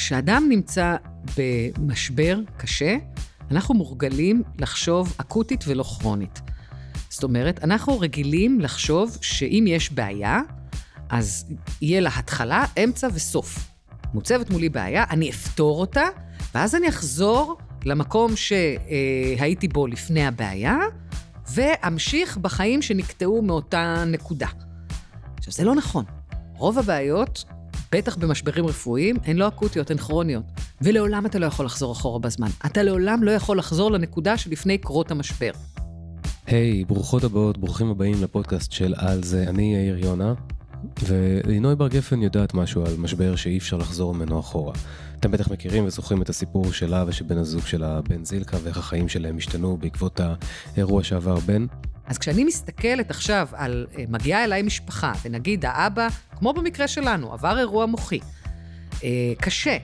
כשאדם נמצא במשבר קשה, אנחנו מורגלים לחשוב אקוטית ולא כרונית. זאת אומרת, אנחנו רגילים לחשוב שאם יש בעיה, אז יהיה לה התחלה, אמצע וסוף. מוצבת מולי בעיה, אני אפתור אותה, ואז אני אחזור למקום שהייתי בו לפני הבעיה, ואמשיך בחיים שנקטעו מאותה נקודה. עכשיו, זה לא נכון. רוב הבעיות, בטח במשברים רפואיים, הן לא אקוטיות, הן כרוניות. ולעולם אתה לא יכול לחזור אחורה בזמן. אתה לעולם לא יכול לחזור לנקודה שלפני קרות המשבר. היי, ברוכות הבאות, ברוכים הבאים לפודקאסט של על זה. אני יאיר יונה, ולינוי בר גפן יודעת משהו על משבר שאי אפשר לחזור ממנו אחורה. אתם בטח מכירים וזוכרים את הסיפור שלה ושבן הזוג שלה, בן זילכה, ואיך החיים שלהם השתנו בעקבות האירוע שעבר בן. אז כשאני מסתכלת עכשיו על, מגיעה אליי משפחה, ונגיד האבא, כמו במקרה שלנו, עבר אירוע מוחי, קשה.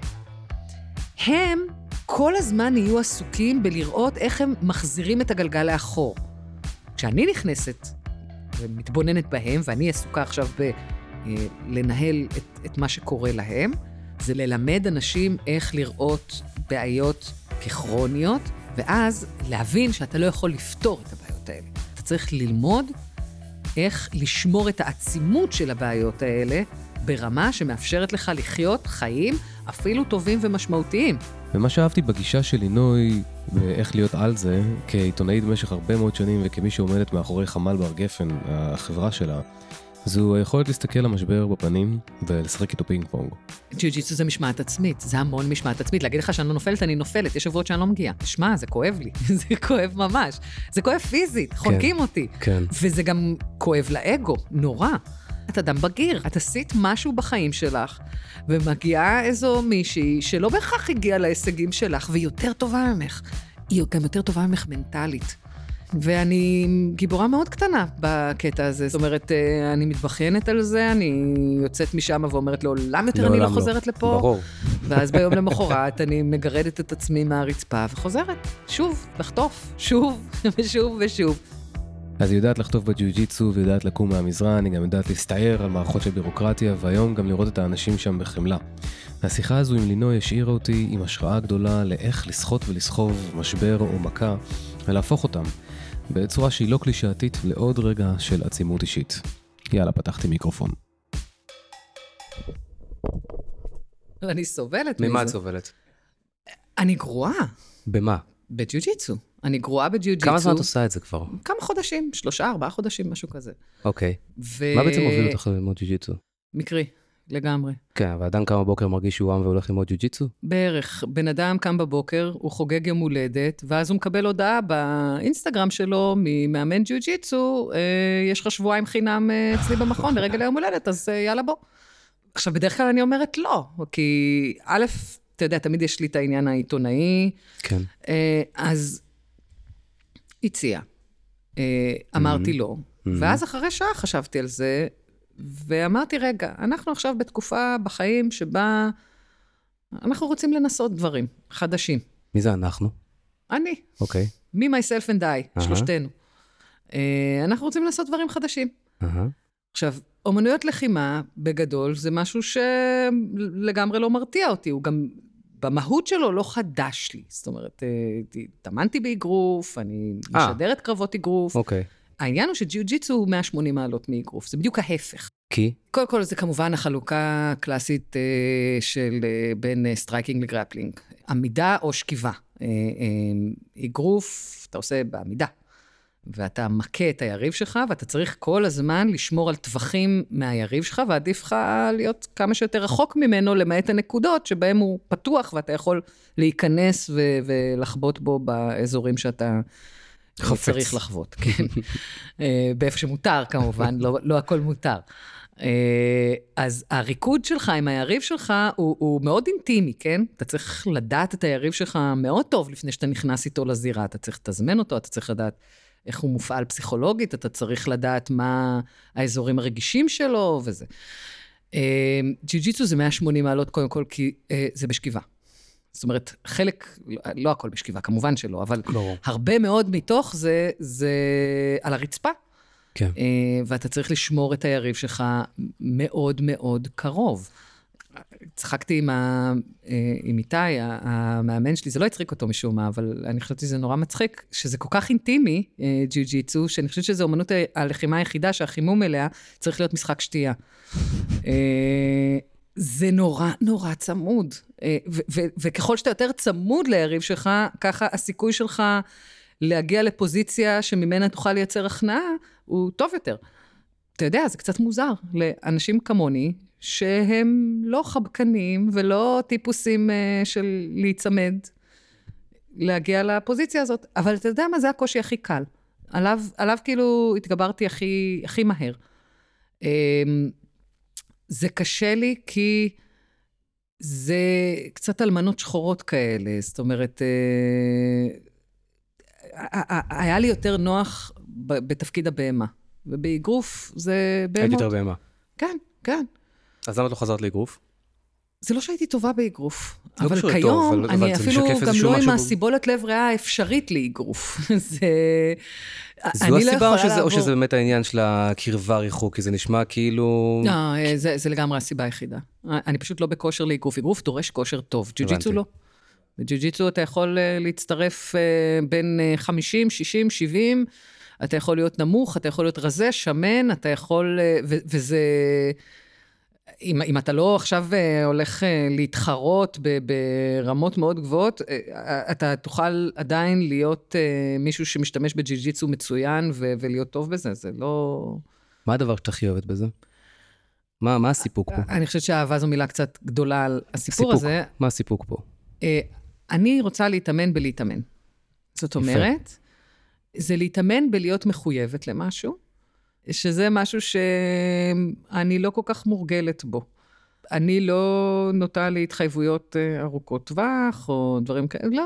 הם כל הזמן יהיו עסוקים בלראות איך הם מחזירים את הגלגל לאחור. כשאני נכנסת ומתבוננת בהם, ואני עסוקה עכשיו לנהל את מה שקורה להם, זה ללמד אנשים איך לראות בעיות ככרוניות, ואז להבין שאתה לא יכול לפתור את הבעיות האלה. אתה צריך ללמוד איך לשמור את העצימות של הבעיות האלה, ברמה שמאפשרת לך לחיות חיים אפילו טובים ומשמעותיים. ומה שאהבתי בגישה של לינוי, ואיך להיות על זה, כעיתונאית במשך הרבה מאוד שנים, וכמי שעומדת מאחורי חמ"ל בר גפן, החברה שלה, זו היכולת להסתכל למשבר בפנים, ולשחק איתו פינג פונג. ג'יוג'יטסו זה משמעת עצמית, זה המון משמעת עצמית. להגיד לך שאני לא נופלת, אני נופלת, יש שבועות שאני לא מגיעה. תשמע, זה כואב לי, זה כואב ממש. זה כואב פיזית, חונקים אותי. כן. וזה גם כואב לאגו, נורא. אתה אדם בגיר, את עשית משהו בחיים שלך, ומגיעה איזו מישהי שלא בהכרח הגיעה להישגים שלך, והיא יותר טובה ממך. היא גם יותר טובה ממך מנטלית. ואני גיבורה מאוד קטנה בקטע הזה. זאת אומרת, אני מתבחיינת על זה, אני יוצאת משם ואומרת לעולם יותר אני לא חוזרת לפה. ברור. ואז ביום למחרת אני מגרדת את עצמי מהרצפה וחוזרת. שוב, לחטוף, שוב ושוב ושוב. אז היא יודעת לחטוף בג'יוג'יטסו ויודעת לקום מהמזרן, היא גם יודעת להסתער על מערכות של בירוקרטיה, והיום גם לראות את האנשים שם בחמלה. השיחה הזו עם לינוי השאירה אותי עם השראה גדולה לאיך לשחות ולסחוב משבר או מכה, ולהפוך אותם בצורה שהיא לא קלישאתית לעוד רגע של עצימות אישית. יאללה, פתחתי מיקרופון. אני סובלת מזה. ממה את סובלת? אני גרועה. במה? בג'יוג'יטסו. אני גרועה בג'יוג'יטסו. כמה זמן את עושה את זה כבר? כמה חודשים, 3-4 חודשים, משהו כזה. אוקיי. מה בעצם מוביל אותך ללמוד ג'יוג'יטסו? מקרי, לגמרי. כן, ואדם קם בבוקר מרגיש שהוא עם והולך ללמוד ג'יוג'יטסו? בערך. בן אדם קם בבוקר, הוא חוגג יום הולדת, ואז הוא מקבל הודעה באינסטגרם שלו, ממאמן ג'יוג'יטסו, יש לך שבועיים חינם אצלי במכון, לרגע ליום הולדת, אז יאללה בוא. עכשיו, בדרך כלל אני אומרת לא, כי א', אתה יודע, תמיד יש לי את העניין העיתונאי. כן. אז הציע. אמרתי לא. ואז אחרי שעה חשבתי על זה, ואמרתי, רגע, אנחנו עכשיו בתקופה בחיים שבה אנחנו רוצים לנסות דברים חדשים. מי זה אנחנו? אני. אוקיי. Me, myself and I, שלושתנו. אנחנו רוצים לעשות דברים חדשים. עכשיו, אומנויות לחימה, בגדול, זה משהו שלגמרי לא מרתיע אותי. הוא גם, במהות שלו, לא חדש לי. זאת אומרת, התאמנתי באגרוף, אני משדרת קרבות אגרוף. אוקיי. העניין הוא שג'יוג'יטסו הוא 180 מעלות מאגרוף. זה בדיוק ההפך. כי? קודם כל, זה כמובן החלוקה הקלאסית של בין סטרייקינג לגרפלינג. עמידה או שכיבה. אגרוף, אתה עושה בעמידה. ואתה מכה את היריב שלך, ואתה צריך כל הזמן לשמור על טווחים מהיריב שלך, ועדיף לך להיות כמה שיותר רחוק ממנו, למעט הנקודות שבהם הוא פתוח, ואתה יכול להיכנס ולחבוט בו באזורים שאתה צריך לחבוט. כן. באיפה שמותר, כמובן, לא הכל מותר. אז הריקוד שלך עם היריב שלך הוא מאוד אינטימי, כן? אתה צריך לדעת את היריב שלך מאוד טוב לפני שאתה נכנס איתו לזירה, אתה צריך לתזמן אותו, אתה צריך לדעת איך הוא מופעל פסיכולוגית, אתה צריך לדעת מה האזורים הרגישים שלו וזה. ג'יוג'יטסו זה 180 מעלות קודם כל, כי זה בשכיבה. זאת אומרת, חלק, לא הכל בשכיבה, כמובן שלא, אבל הרבה מאוד מתוך זה על הרצפה. כן. ואתה צריך לשמור את היריב שלך מאוד מאוד קרוב. צחקתי עם איתי, המאמן שלי, זה לא הצחיק אותו משום מה, אבל אני חושבת שזה נורא מצחיק, שזה כל כך אינטימי, ג'יו-ג'יצו, שאני חושבת שזו אומנות הלחימה היחידה, שהחימום אליה צריך להיות משחק שתייה. זה נורא נורא צמוד, וככל שאתה יותר צמוד ליריב שלך, ככה הסיכוי שלך להגיע לפוזיציה שממנה תוכל לייצר הכנעה, הוא טוב יותר. אתה יודע, זה קצת מוזר לאנשים כמוני, שהם לא חבקנים ולא טיפוסים של להיצמד, להגיע לפוזיציה הזאת. אבל אתה יודע מה, זה הקושי הכי קל. עליו כאילו התגברתי הכי מהר. זה קשה לי כי זה קצת אלמנות שחורות כאלה. זאת אומרת, היה לי יותר נוח בתפקיד הבהמה. ובאגרוף זה בהמות. היית יותר בהמה. כן, כן. אז למה את לא חזרת לאגרוף? זה לא שהייתי טובה באגרוף, לא אבל פשוט כיום טוב, אבל אני זה אפילו משקף גם איזשהו לא עם משהו הסיבולת לב ריאה האפשרית לאגרוף. זו הסיבה או שזה באמת העניין של הקרבה ריחוק, כי זה נשמע כאילו... זה לגמרי הסיבה היחידה. אני פשוט לא בכושר לאגרוף. אגרוף דורש כושר טוב, ג'יו-ג'יצו לא. בג'יו-ג'יצו אתה יכול להצטרף בין 50, 60, 70, אתה יכול להיות נמוך, אתה יכול להיות רזה, שמן, אתה יכול, וזה, אם אתה לא עכשיו הולך להתחרות ברמות מאוד גבוהות, אתה תוכל עדיין להיות מישהו שמשתמש בג'יו-ג'יצו מצוין, ולהיות טוב בזה, זה לא... מה הדבר שאתה הכי אוהבת בזה? מה הסיפוק פה? אני חושבת שהאהבה זו מילה קצת גדולה על הסיפור הזה. מה הסיפוק פה? אני רוצה להתאמן בלהתאמן. זאת אומרת, זה להתאמן בלהיות מחויבת למשהו, שזה משהו שאני לא כל כך מורגלת בו. אני לא נוטה להתחייבויות ארוכות טווח, או דברים כאלה, לא.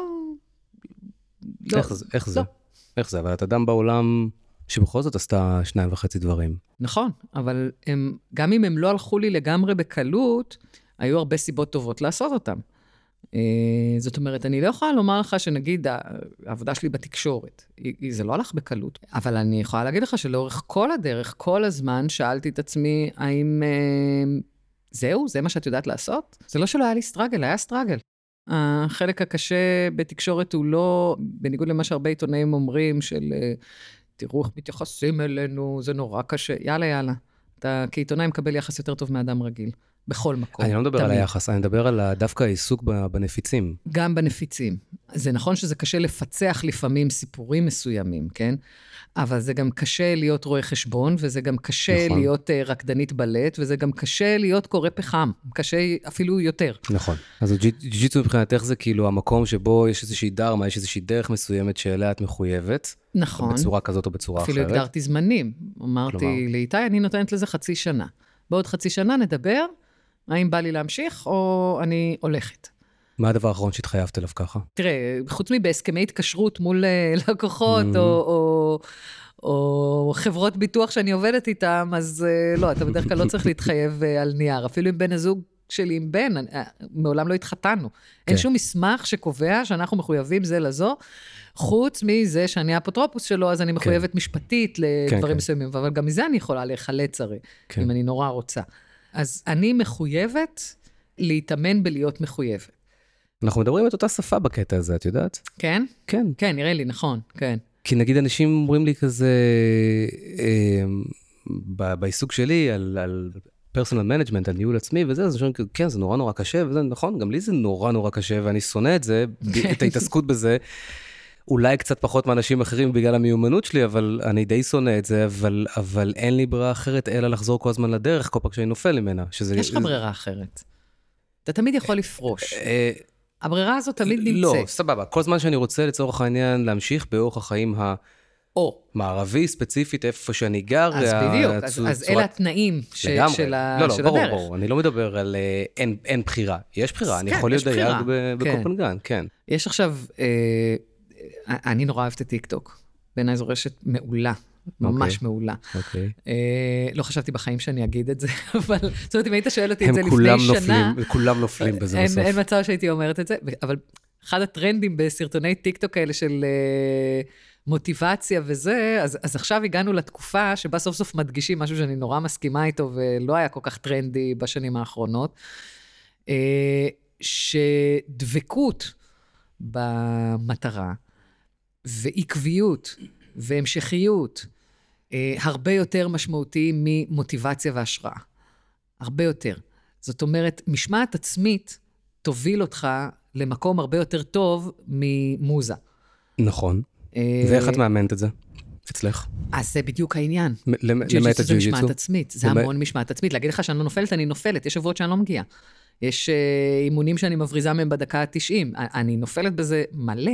איך זה? איך זה? אבל את אדם בעולם שבכל זאת עשתה 2.5 דברים. נכון, אבל גם אם הם לא הלכו לי לגמרי בקלות, היו הרבה סיבות טובות לעשות אותם. זאת אומרת, אני לא יכולה לומר לך שנגיד, העבודה שלי בתקשורת, זה לא הלך בקלות, אבל אני יכולה להגיד לך שלאורך כל הדרך, כל הזמן, שאלתי את עצמי, האם זהו, זה מה שאת יודעת לעשות? זה לא שלא היה לי סטרגל, היה סטרגל. החלק הקשה בתקשורת הוא לא, בניגוד למה שהרבה עיתונאים אומרים, של תראו איך מתייחסים אלינו, זה נורא קשה, יאללה. אתה כעיתונאי מקבל יחס יותר טוב מאדם רגיל. בכל מקום. אני לא מדבר על היחס, אני מדבר על דווקא העיסוק בנפיצים. גם בנפיצים. זה נכון שזה קשה לפצח לפעמים סיפורים מסוימים, כן? אבל זה גם קשה להיות רואה חשבון, וזה גם קשה להיות רקדנית בלט, וזה גם קשה להיות קורא פחם. קשה אפילו יותר. נכון. אז ג'יו-ג'יצו מבחינתך זה כאילו המקום שבו יש איזושהי דרמה, יש איזושהי דרך מסוימת שאליה את מחויבת. נכון. בצורה כזאת או בצורה אחרת. אפילו הגדרתי זמנים. אמרתי לאיתי, אני נותנת לזה 0.5 שנה. בעוד 0.5 שנה נדבר, האם בא לי להמשיך, או אני הולכת. מה הדבר האחרון שהתחייבת אליו ככה? תראה, חוץ מבהסכמי התקשרות מול לקוחות, או חברות ביטוח שאני עובדת איתם, אז לא, אתה בדרך כלל לא צריך להתחייב על נייר. אפילו עם בן הזוג שלי, עם בן, מעולם לא התחתנו. אין שום מסמך שקובע שאנחנו מחויבים זה לזו, חוץ מזה שאני האפוטרופוס שלו, אז אני מחויבת משפטית לדברים מסוימים, אבל גם מזה אני יכולה להיחלץ הרי, אם אני נורא רוצה. אז אני מחויבת להתאמן בלהיות מחויבת. אנחנו מדברים את אותה שפה בקטע הזה, את יודעת? כן? כן. כן, נראה לי, נכון, כן. כי נגיד אנשים אומרים לי כזה, בעיסוק שלי על פרסונל מנג'מנט, על ניהול עצמי וזה, אז אני חושב, כן, זה נורא נורא קשה, וזה נכון, גם לי זה נורא נורא קשה, ואני שונא את זה, את ההתעסקות בזה, אולי קצת פחות מאנשים אחרים בגלל המיומנות שלי, אבל אני די שונא את זה, אבל אין לי ברירה אחרת, אלא לחזור כל הזמן לדרך, כל פעם שאני נופל ממנה. יש לך ברירה אחרת. אתה תמיד יכול לפרוש. הברירה הזאת תמיד נמצאת. לא, סבבה. כל זמן שאני רוצה לצורך העניין להמשיך באורח החיים המערבי, ספציפית, איפה שאני גר. אז בדיוק, אז אלה התנאים של הדרך. לא, ברור. אני לא מדבר על אין בחירה. יש בחירה, אני יכול להיות דייג בקופנגן, כן. יש עכשיו, אני נורא אוהבת את טיקטוק. בעיניי זו רשת מעולה. ממש מעולה. לא חשבתי בחיים שאני אגיד את זה, אבל זאת אומרת, אם היית שואל אותי את זה לפני שנה, כולם נופלים בזה בסוף. אין מצב שהייתי אומרת את זה, אבל אחד הטרנדים בסרטוני טיקטוק האלה של מוטיבציה וזה, אז עכשיו הגענו לתקופה שבה סוף סוף מדגישים משהו שאני נורא מסכימה איתו, ולא היה כל כך טרנדי בשנים האחרונות, שדבקות במטרה, ועקביות, והמשכיות, הרבה יותר משמעותי ממוטיבציה והשראה. הרבה יותר. זאת אומרת, משמעת עצמית תוביל אותך למקום הרבה יותר טוב ממוזה. נכון. ואיך את מאמנת את זה? אצלך? אז זה בדיוק העניין. למעט ג'יו-ג'יטסו זה הג'יו-ג'יטסו? משמעת עצמית, זה המון משמעת עצמית. להגיד לך שאני לא נופלת, אני נופלת. יש שבועות שאני לא מגיעה. יש אימונים שאני מבריזה מהם בדקה ה-90. אני נופלת בזה מלא.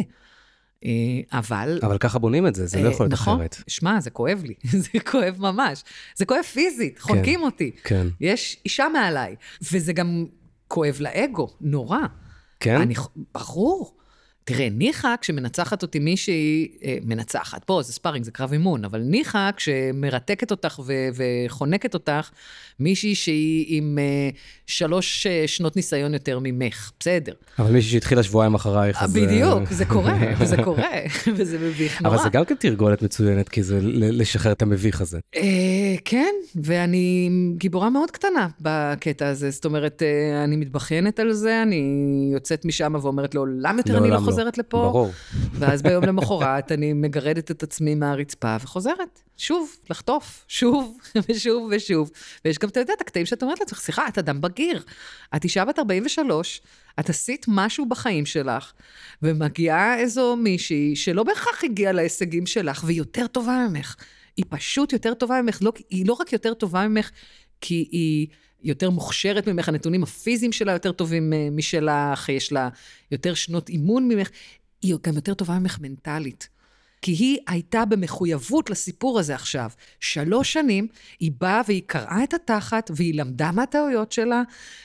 אבל ככה בונים את זה, זה לא יכול להיות אחרת. נכון, שמע, זה כואב לי, זה כואב ממש. זה כואב פיזית, חונקים אותי. כן. יש אישה מעליי, וזה גם כואב לאגו, נורא. כן? ברור. תראה, ניחא כשמנצחת אותי מישהי, מנצחת, פה זה ספארינג, זה קרב אימון, אבל ניחא כשמרתקת אותך וחונקת אותך, מישהי שהיא עם 3 שנות ניסיון יותר ממך, בסדר. אבל מישהי שהתחילה שבועיים אחרייך, אז... בדיוק, זה קורה, וזה קורה, וזה מביך נורא. אבל זה גם כן תרגולת מצוינת, כי זה לשחרר את המביך הזה. כן, ואני גיבורה מאוד קטנה בקטע הזה, זאת אומרת, אני מתבחיינת על זה, אני יוצאת משם ואומרת לעולם יותר אני לא חוזרת לפה. ברור. ואז ביום למחרת אני מגרדת את עצמי מהרצפה וחוזרת. שוב, לחטוף, שוב ושוב ושוב. ויש גם, אתה יודע, את הקטעים שאת אומרת לעצמך, סליחה, את אדם בגיר. את אישה בת 43, את עשית משהו בחיים שלך, ומגיעה איזו מישהי שלא בהכרח הגיעה להישגים שלך, והיא יותר טובה ממך. היא פשוט יותר טובה ממך. היא לא רק יותר טובה ממך, כי היא יותר מוכשרת ממך, הנתונים הפיזיים שלה יותר טובים משלך, יש לה יותר שנות אימון ממך, היא גם יותר טובה ממך מנטלית. כי היא הייתה במחויבות לסיפור הזה עכשיו. 3 שנים, היא באה והיא קראה את התחת, והיא למדה מהטעויות שלה,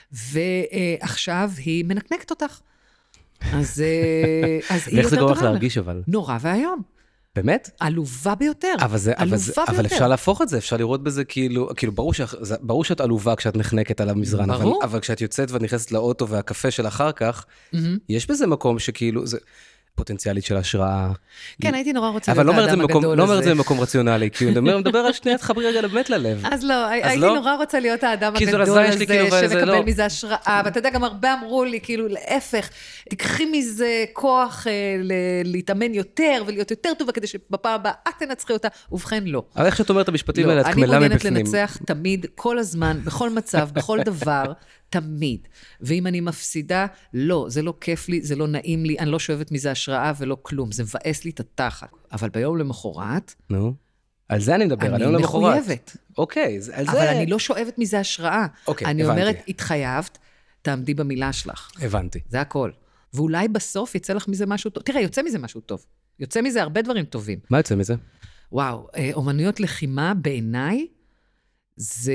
ועכשיו היא מנקנקת אותך. אז היא יותר טובה. ואיך זה גורם לך להרגיש אבל? נורא והיום. באמת? עלובה ביותר. אבל אפשר להפוך את זה, אפשר לראות בזה כאילו ברור שאת עלובה כשאת נחנקת על המזרן, אבל כשאת יוצאת ואת נכנסת לאוטו והקפה של אחר כך, יש בזה מקום שכאילו, זה פוטנציאלית של השראה. כן, הייתי נורא רוצה להיות האדם הגדול הזה. אבל לא אומר את זה במקום רציונלי, כי הוא מדבר על שנייה, תחברי רגע באמת ללב. אז לא, הייתי נורא רוצה להיות האדם הגדול הזה, שמקבל מזה השראה, ואתה יודע, גם הרבה אמרו לי, כאילו, להפך, תקחי מזה כוח להתאמן יותר, ולהיות יותר טובה, כדי שבפעם הבאה את תנצחי אותה, ובכן לא. אבל איך שאת אומרת המשפטים האלה, את קמלה מבפנים. אני מעוניינת לנצח תמיד, כל הזמן, בכל מצב, בכל דבר, תמיד. ואם אני מפסידה, לא, זה לא כיף לי, זה לא נעים לי, אני לא שואבת מזה השראה ולא כלום, זה מבאס לי את התחת. אבל ביום למחרת... נו, על זה אני מדבר, על יום למחרת. אני מחויבת. אוקיי, על זה... אבל אני לא שואבת מזה השראה. אוקיי, אני אומרת, התחייבת, תעמדי במילה שלך. הבנתי. זה הכל. ואולי בסוף יצא לך מזה משהו טוב. תראה, יוצא מזה משהו טוב. יוצא מזה הרבה דברים טובים. מה יוצא מזה? וואו, אומנויות לחימה בעיניי, זה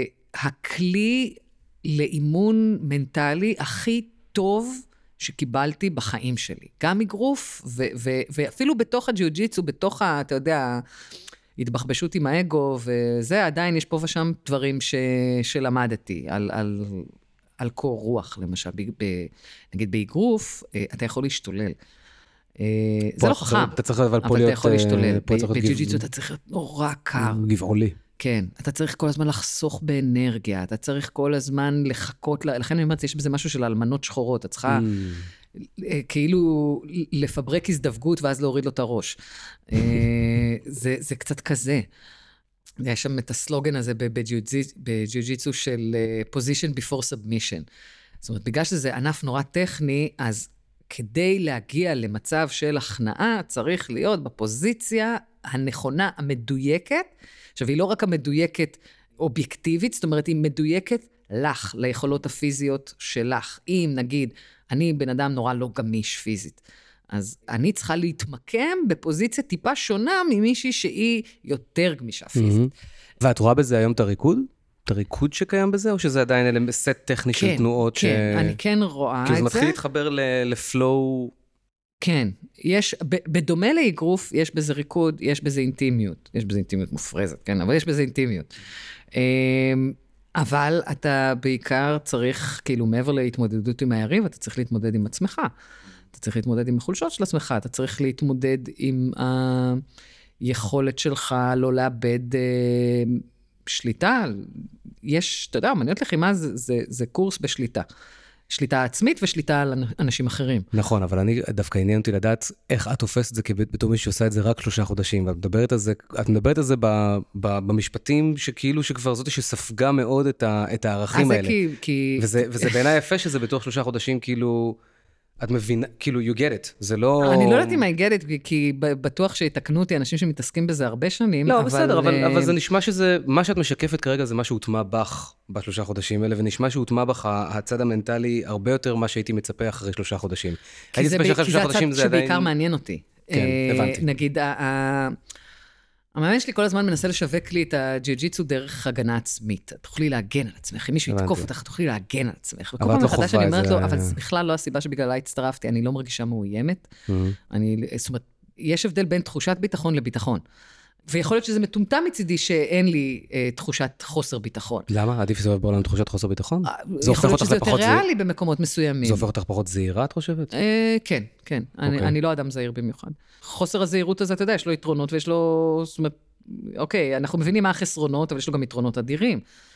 הכלי לאימון מנטלי הכי טוב שקיבלתי בחיים שלי. גם מגרוף, ואפילו בתוך הג'יו-ג'יטסו, בתוך, אתה יודע, התבחבשות עם האגו, וזה עדיין יש פה ושם דברים שלמדתי, על קור רוח, למשל. נגיד באגרוף, אתה יכול להשתולל. זה לא חכם, אבל אתה יכול להשתולל. בג'יו-ג'יטסו אתה צריך להיות נורא קר. גבעולי. כן, אתה צריך כל הזמן לחסוך באנרגיה, אתה צריך כל הזמן לחכות, לכן אני אומרת, יש בזה משהו של אלמנות שחורות, אתה צריכה כאילו לפברק הזדווגות ואז להוריד לו את הראש. זה קצת כזה. יש שם את הסלוגן הזה בג'יו-ג'יטסו של position before submission. זאת אומרת, בגלל שזה ענף נורא טכני, אז כדי להגיע למצב של הכנעה, צריך להיות בפוזיציה הנכונה, המדויקת. עכשיו, היא לא רק המדויקת אובייקטיבית, זאת אומרת, היא מדויקת לך, ליכולות הפיזיות שלך. אם נגיד, אני בן אדם נורא לא גמיש פיזית, אז אני צריכה להתמקם בפוזיציה טיפה שונה ממישהי שהיא יותר גמישה פיזית. ואת רואה בזה היום את הריקוד? את הריקוד שקיים בזה, או שזה עדיין סט טכני של תנועות? כן, אני כן רואה את זה. כי זה מתחיל להתחבר לפלואו... כן, בדומה לאגרוף, יש בזה ריקוד, יש בזה אינטימיות. יש בזה אינטימיות מופרזת, כן, אבל יש בזה אינטימיות. אבל אתה בעיקר צריך, כאילו, מעבר להתמודדות עם היריב, אתה צריך להתמודד עם עצמך. אתה צריך להתמודד עם החולשות של עצמך, אתה צריך להתמודד עם היכולת שלך לא לאבד שליטה. יש, אתה יודע, אמנויות לחימה זה קורס בשליטה. שליטה עצמית ושליטה על אנשים אחרים. נכון, אבל אני דווקא עניין אותי לדעת איך את תופסת את זה בתור מי שעושה את זה רק 3 חודשים, ואת מדברת על זה במשפטים שכאילו שכבר זאת שספגה מאוד את הערכים האלה. וזה בעיניי יפה שזה בתוך 3 חודשים כאילו... את מבינה, כאילו, you get it, זה לא... אני לא יודעת אם I get it, כי בטוח שיתקנו אותי אנשים שמתעסקים בזה הרבה שנים, לא, בסדר, אבל זה נשמע שזה, מה שאת משקפת כרגע זה מה שהוטמע בך ב3 חודשים האלה, ונשמע שהוטמע בך הצד המנטלי הרבה יותר מה שהייתי מצפה אחרי 3 חודשים. כי זה הצד שבעיקר מעניין אותי. כן, הבנתי. נגיד, המאמן שלי כל הזמן מנסה לשווק לי את הג'יוג'יצו דרך הגנה עצמית. תוכלי להגן על עצמך. אם מישהו יתקוף אותך, תוכלי להגן על עצמך. וכל פעם מחדש אני אומרת לו, אבל זה בכלל לא הסיבה שבגללה הצטרפתי, אני לא מרגישה מאוימת. זאת אומרת, יש הבדל בין תחושת ביטחון לביטחון. ויכול להיות שזה מטומטם מצידי שאין לי תחושת חוסר ביטחון. למה? עדיף לסובב בעולם תחושת חוסר ביטחון? יכול להיות שזה יותר ריאלי במקומות מסוימים. זה הופך אותך פחות זהירה, את חושבת? כן, כן. אני לא אדם זהיר במיוחד. חוסר הזהירות הזה, אתה יודע, יש לו יתרונות ויש לו... זאת אומרת, אוקיי, אנחנו מבינים מה החסרונות, אבל יש לו גם יתרונות אדירים.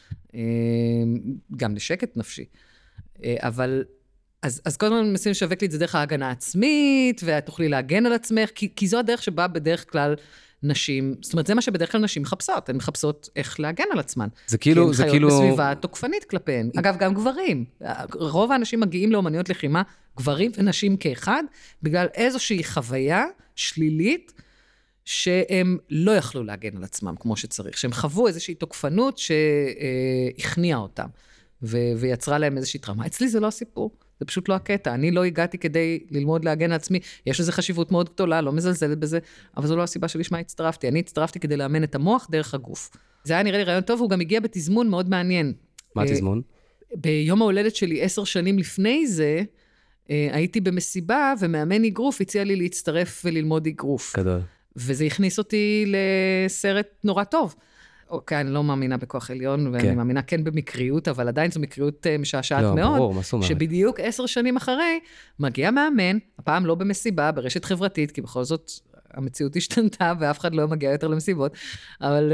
גם לשקט נפשי. אבל... אז כל הזמן מנסים לשווק לי את זה דרך ההגנה העצמית, ואת תוכלי להגן על עצמך, כי זו הדרך שבה בדרך כלל נשים, זאת אומרת, זה מה שבדרך כלל נשים מחפשות, הן מחפשות איך להגן על עצמן. זה כאילו... כי הן חיות בסביבה תוקפנית כלפיהן. אגב, גם גברים. רוב האנשים מגיעים לאומניות לחימה, גברים ונשים כאחד, בגלל איזושהי חוויה שלילית, שהם לא יכלו להגן על עצמם כמו שצריך, שהם חוו איזושהי תוקפנות שהכניעה אותם, ויצרה להם איזושהי טראומה. אצלי זה לא הסיפור. זה פשוט לא הקטע. אני לא הגעתי כדי ללמוד להגן על עצמי. יש לזה חשיבות מאוד גדולה, לא מזלזלת בזה, אבל זו לא הסיבה שלשמה הצטרפתי. אני הצטרפתי כדי לאמן את המוח דרך הגוף. זה היה נראה לי רעיון טוב, והוא גם הגיע בתזמון מאוד מעניין. מה תזמון? ביום ההולדת שלי 10 שנים לפני זה, הייתי במסיבה, ומאמן אגרוף הציע לי להצטרף וללמוד אגרוף. גדול. וזה הכניס אותי לסרט נורא טוב. אוקיי, אני לא מאמינה בכוח עליון, ואני מאמינה כן במקריות, אבל עדיין זו מקריות משעשעת מאוד. לא, ברור, מה זאת אומרת? שבדיוק 10 שנים אחרי, מגיע מאמן, הפעם לא במסיבה, ברשת חברתית, כי בכל זאת המציאות השתנתה, ואף אחד לא מגיע יותר למסיבות, אבל...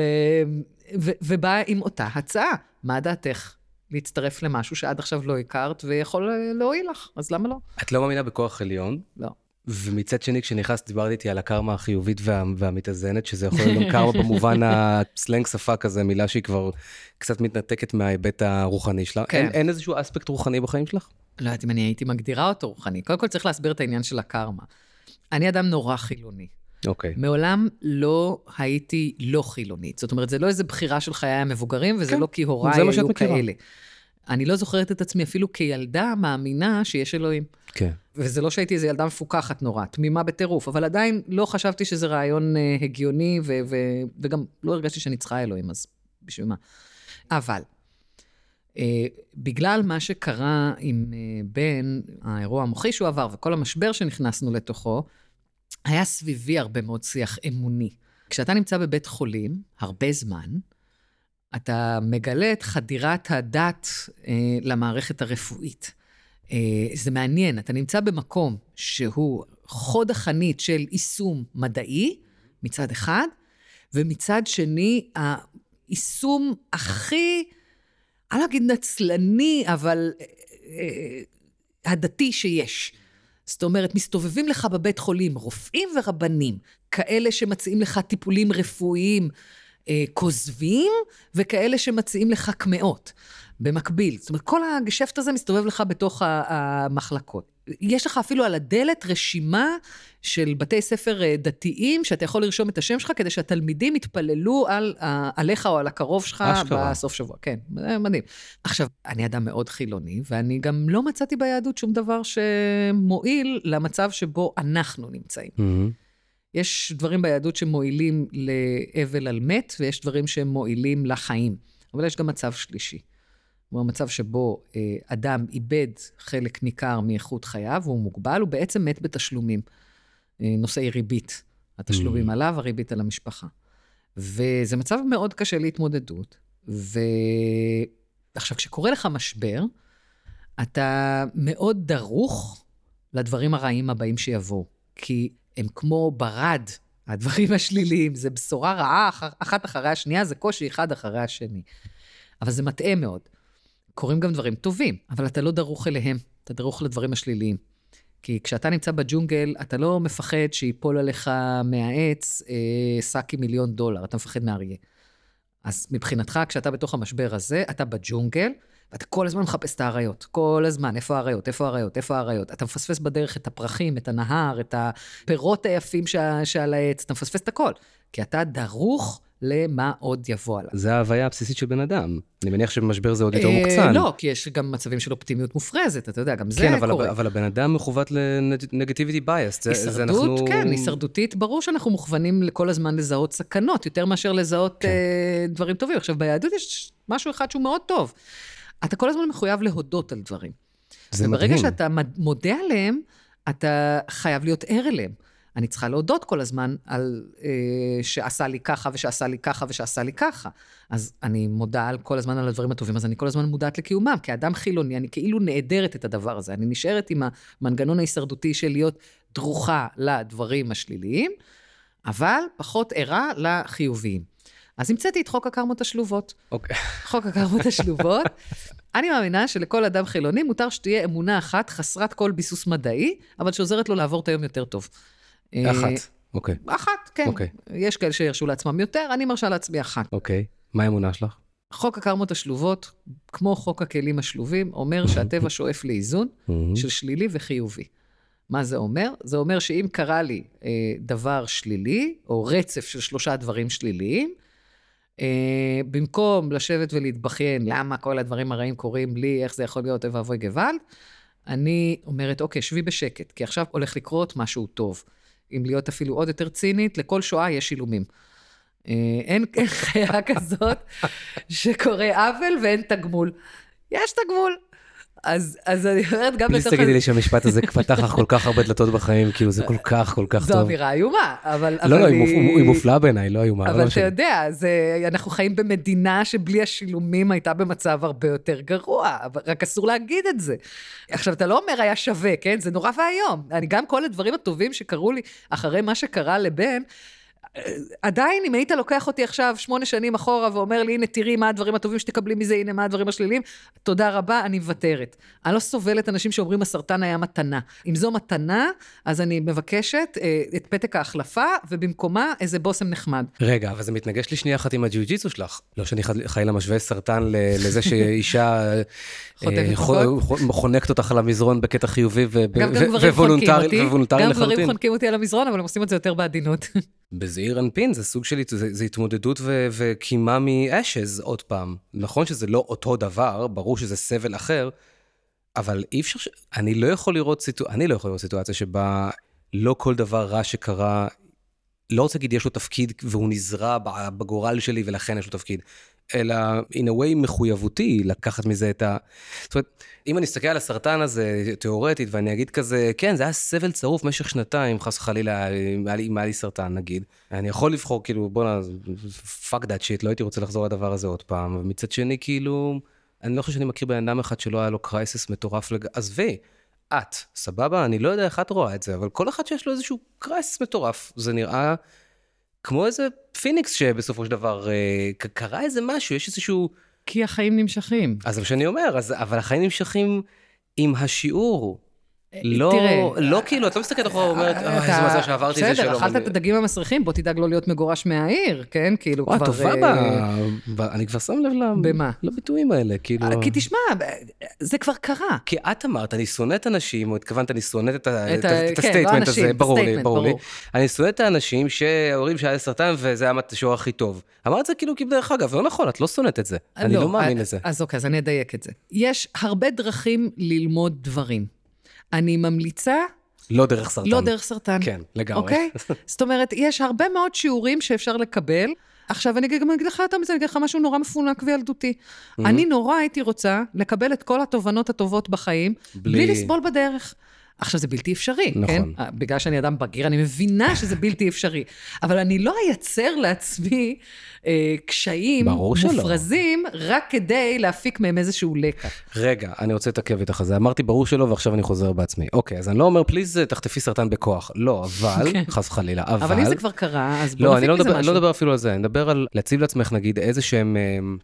ובא עם אותה הצעה. מה דעתך? להצטרף למשהו שעד עכשיו לא הכרת, ויכול להועיל לך, אז למה לא? את לא מאמינה בכוח עליון? לא. ומצד שני, כשנכנסת, דיברתי איתי על הקרמה החיובית והמתאזנת, שזה יכול להיות גם קרמה במובן הסלנג שפה כזה, מילה שהיא כבר קצת מתנתקת מההיבט הרוחני שלה. כן. אין איזשהו אספקט רוחני בחיים שלך? לא יודעת אם אני הייתי מגדירה אותו רוחני. קודם כל צריך להסביר את העניין של הקרמה. אני אדם נורא חילוני. אוקיי. מעולם לא הייתי לא חילונית. זאת אומרת, זה לא איזו בחירה של חיי המבוגרים, וזה לא כי הוריי היו כאלה. אני לא זוכרת את עצמי אפילו כילדה מאמינה שיש אלוהים. כן. וזה לא שהייתי איזו ילדה מפוקחת נורא, תמימה בטירוף, אבל עדיין לא חשבתי שזה רעיון הגיוני, וגם לא הרגשתי שאני צריכה אלוהים, אז בשביל מה? אבל, בגלל מה שקרה עם בן, האירוע המוחי שהוא עבר, וכל המשבר שנכנסנו לתוכו, היה סביבי הרבה מאוד שיח אמוני. כשאתה נמצא בבית חולים, הרבה זמן, אתה מגלה את חדירת הדת למערכת הרפואית. זה מעניין, אתה נמצא במקום שהוא חוד החנית של יישום מדעי, מצד אחד, ומצד שני, היישום הכי, אני לא אגיד נצלני, אבל הדתי שיש. זאת אומרת, מסתובבים לך בבית חולים רופאים ורבנים, כאלה שמציעים לך טיפולים רפואיים כוזבים, וכאלה שמציעים לך קמאות, במקביל. זאת אומרת, כל הגשפט הזה מסתובב לך בתוך המחלקות. יש לך אפילו על הדלת רשימה של בתי ספר דתיים, שאתה יכול לרשום את השם שלך, כדי שהתלמידים יתפללו עליך או על הקרוב שלך בסוף שבוע. כן, זה מדהים. עכשיו, אני אדם מאוד חילוני, ואני גם לא מצאתי ביהדות שום דבר שמועיל למצב שבו אנחנו נמצאים. יש דברים ביהדות שמועילים לאבל על מת, ויש דברים שמועילים לחיים. אבל יש גם מצב שלישי. הוא המצב שבו אדם איבד חלק ניכר מאיכות חייו, והוא מוגבל, הוא בעצם מת בתשלומים. נושאי ריבית. התשלומים עליו, הריבית על המשפחה. וזה מצב מאוד קשה להתמודדות. ועכשיו, כשקורה לך משבר, אתה מאוד דרוך לדברים הרעים הבאים שיבואו. כי הם כמו ברד, הדברים השליליים, זה בשורה רעה אחת אחרי השנייה, זה קושי אחד אחרי השני. אבל זה מטעה מאוד. קורים גם דברים טובים, אבל אתה לא דרוך אליהם. אתה דרוך לדברים השליליים. כי כשאתה נמצא בג'ונגל, אתה לא מפחד שיפול עליך מהעץ שק עם $1,000,000, אתה מפחד מאריה. אז מבחינתך, כשאתה בתוך המשבר הזה, אתה בג'ונגל, ואתה כל הזמן מחפש את האריות. כל הזמן, איפה האריות, איפה האריות, איפה האריות. אתה מפספס בדרך את הפרחים, את הנהר, את הפירות היפים שעל העץ, אתה מפספס את הכל. כי אתה דרוך למה עוד יבוא עליו. זה ההוויה הבסיסית של בן אדם. אני מניח שבמשבר זה עוד יותר מוקצן. לא, כי יש גם מצבים של אופטימיות מופרזת, אתה יודע, גם זה קורה. כן, אבל הבן אדם מכוות לנגטיביטי בייס. הישרדות, כן, הישרדותית, ברור שאנחנו מוכוונים כל הזמן לזהות סכנות, יותר מאשר לזהות דברים טובים. עכשיו, ביהדות יש משהו אחד שהוא מאוד טוב. אתה כל הזמן מחויב להודות על דברים. זה מדהים. וברגע שאתה מודה עליהם, אתה חייב להיות ער אליהם. אני צריכה להודות כל הזמן על שעשה לי ככה, ושעשה לי ככה, ושעשה לי ככה. אז אני מודה כל הזמן על הדברים הטובים, אז אני כל הזמן מודעת לקיומם. כאדם חילוני, אני כאילו נעדרת את הדבר הזה. אני נשארת עם המנגנון ההישרדותי של להיות דרוכה לדברים השליליים, אבל פחות ערה לחיוביים. אז המצאתי את חוק הקרמות השלובות. אוקיי. חוק הקרמות השלובות. אני מאמינה שלכל אדם חילוני מותר שתהיה אמונה אחת, חסרת כל ביסוס מדעי, אבל שעוזרת לו לעבור את היום יותר טוב. אחת, אוקיי. אחת, כן. אוקיי. יש כאלה שירשו לעצמם יותר, אני מרשה לעצמי אחת. אוקיי. מה האמונה שלך? חוק הקרמות השלובות, כמו חוק הכלים השלובים, אומר שהטבע שואף לאיזון של שלילי וחיובי. מה זה אומר? זה אומר שאם קרה לי דבר שלילי, או רצף של 3 דברים שליליים, במקום לשבת ולהתבכיין, למה כל הדברים הרעים קורים לי, איך זה יכול להיות אבא אבוי גוואלד, אני אומרת, אוקיי, שבי בשקט, כי עכשיו הולך לקרות משהו טוב. אם להיות אפילו עוד יותר צינית, לכל שואה יש שילומים. אין חיה כזאת שקורה עוול ואין תגמול. יש תגמול. אז אני אומרת גם פליס תגידי לי שהמשפט הזה פתח לך כל כך הרבה דלתות בחיים, כאילו זה כל כך טוב. זו אמירה איומה, אבל... לא, היא מופלאה בעיניי, לא איומה. אבל אתה יודע, אנחנו חיים במדינה שבלי השילומים הייתה במצב הרבה יותר גרוע, רק אסור להגיד את זה. עכשיו, אתה לא אומר היה שווה, כן? זה נורא והיום. אני גם כל הדברים הטובים שקרו לי אחרי מה שקרה לבן, עדיין, אם היית לוקח אותי עכשיו 8 שנים אחורה ואומר לי, הנה, תראי מה הדברים הטובים שתקבלי מזה, הנה מה הדברים השליליים, תודה רבה, אני מוותרת. אני לא סובלת אנשים שאומרים, הסרטן היה מתנה. אם זו מתנה, אז אני מבקשת את פתק ההחלפה, ובמקומה איזה בוסם נחמד. רגע, אבל זה מתנגש לי שנייה אחת עם הג'יוג'יצו שלך. לא שאני חיילה משווה סרטן לזה שאישה חונקת אותך על המזרון בקטע חיובי וולונטרי לחלוטין. גם גברים חונקים אותי על המזרון, אבל הם עושים את זה יותר בעדינות. בזעיר אנפין, זה סוג שלי, זה התמודדות וקימה מאשז עוד פעם. נכון שזה לא אותו דבר, ברור שזה סבל אחר, אבל אי אפשר אני לא יכול לראות סיטואציה שבה לא כל דבר רע שקרה, לא רוצה להגיד יש לו תפקיד והוא נזרע בגורל שלי ולכן יש לו תפקיד, אלא in a way מחויבותי לקחת מזה את זאת אומרת, אם אני אסתכל על הסרטן הזה תיאורטית ואני אגיד כזה, כן, זה היה סבל צרוף במשך 2 חס וחלילה, אם היה לי סרטן נגיד, אני יכול לבחור כאילו, בוא fuck that shit, לא הייתי רוצה לחזור לדבר הזה עוד פעם, ומצד שני כאילו, אני לא חושב שאני מכיר בן אדם אחד שלא היה לו קרייסס מטורף, עזבי, את, סבבה, אני לא יודע איך את רואה את זה, אבל כל אחד שיש לו איזשהו קרייסס מטורף, זה נראה כמו איזה פיניקס שבסופו של דבר קרה איזה משהו, יש איזשהו... כי החיים נמשכים. אז זה מה שאני אומר, אבל החיים נמשכים עם השיעור. לא כאילו, את לא מסתכלת אחורה ואומרת, איזה מזל שעברתי את זה שלא. בסדר, אכלת את הדגים המסריחים, בוא תדאג לא להיות מגורש מהעיר, כן? כאילו כבר... טובה אני כבר שם לב במה? לביטויים האלה, כאילו... כי תשמע, זה כבר קרה. כי את אמרת, אני שונאת אנשים, או התכוונת, אני שונאת את הסטייטמנט הזה, ברור לי. אני שונאת את האנשים שההורים שהיה סרטן, וזה היה השיעור הכי טוב. אמרת זה כאילו, דרך אגב, לא נכון, את לא שונאת את זה. אני לא מאמין לזה. אז אוקיי, אז אני אדייק את זה. יש הרבה דרכים ללמוד דברים. אני ממליצה... לא דרך סרטן. לא דרך סרטן. כן, לגמרי. אוקיי? זאת אומרת, יש הרבה מאוד שיעורים שאפשר לקבל. עכשיו, אני גם אגיד לך יותר מזה, אני אגיד לך משהו נורא מפונק וילדותי. אני נורא הייתי רוצה לקבל את כל התובנות הטובות בחיים, בלי לסבול בדרך. עכשיו, זה בלתי אפשרי, כן? בגלל שאני אדם בגיר, אני מבינה שזה בלתי אפשרי. אבל אני לא אייצר לעצמי קשיים מופרזים, רק כדי להפיק מהם איזשהו לקח. רגע, אני רוצה להתעכב איתך זה. אמרתי ברור שלא, ועכשיו אני חוזר בעצמי. אוקיי, אז אני לא אומר, פליז, תחטפי סרטן בכוח. לא, אבל, חס וחלילה, אבל אם זה כבר קרה, אז בוא נפיק מזה משהו. אני לא מדבר אפילו על זה, אני מדבר על להציב לעצמך, נגיד, איזה שהם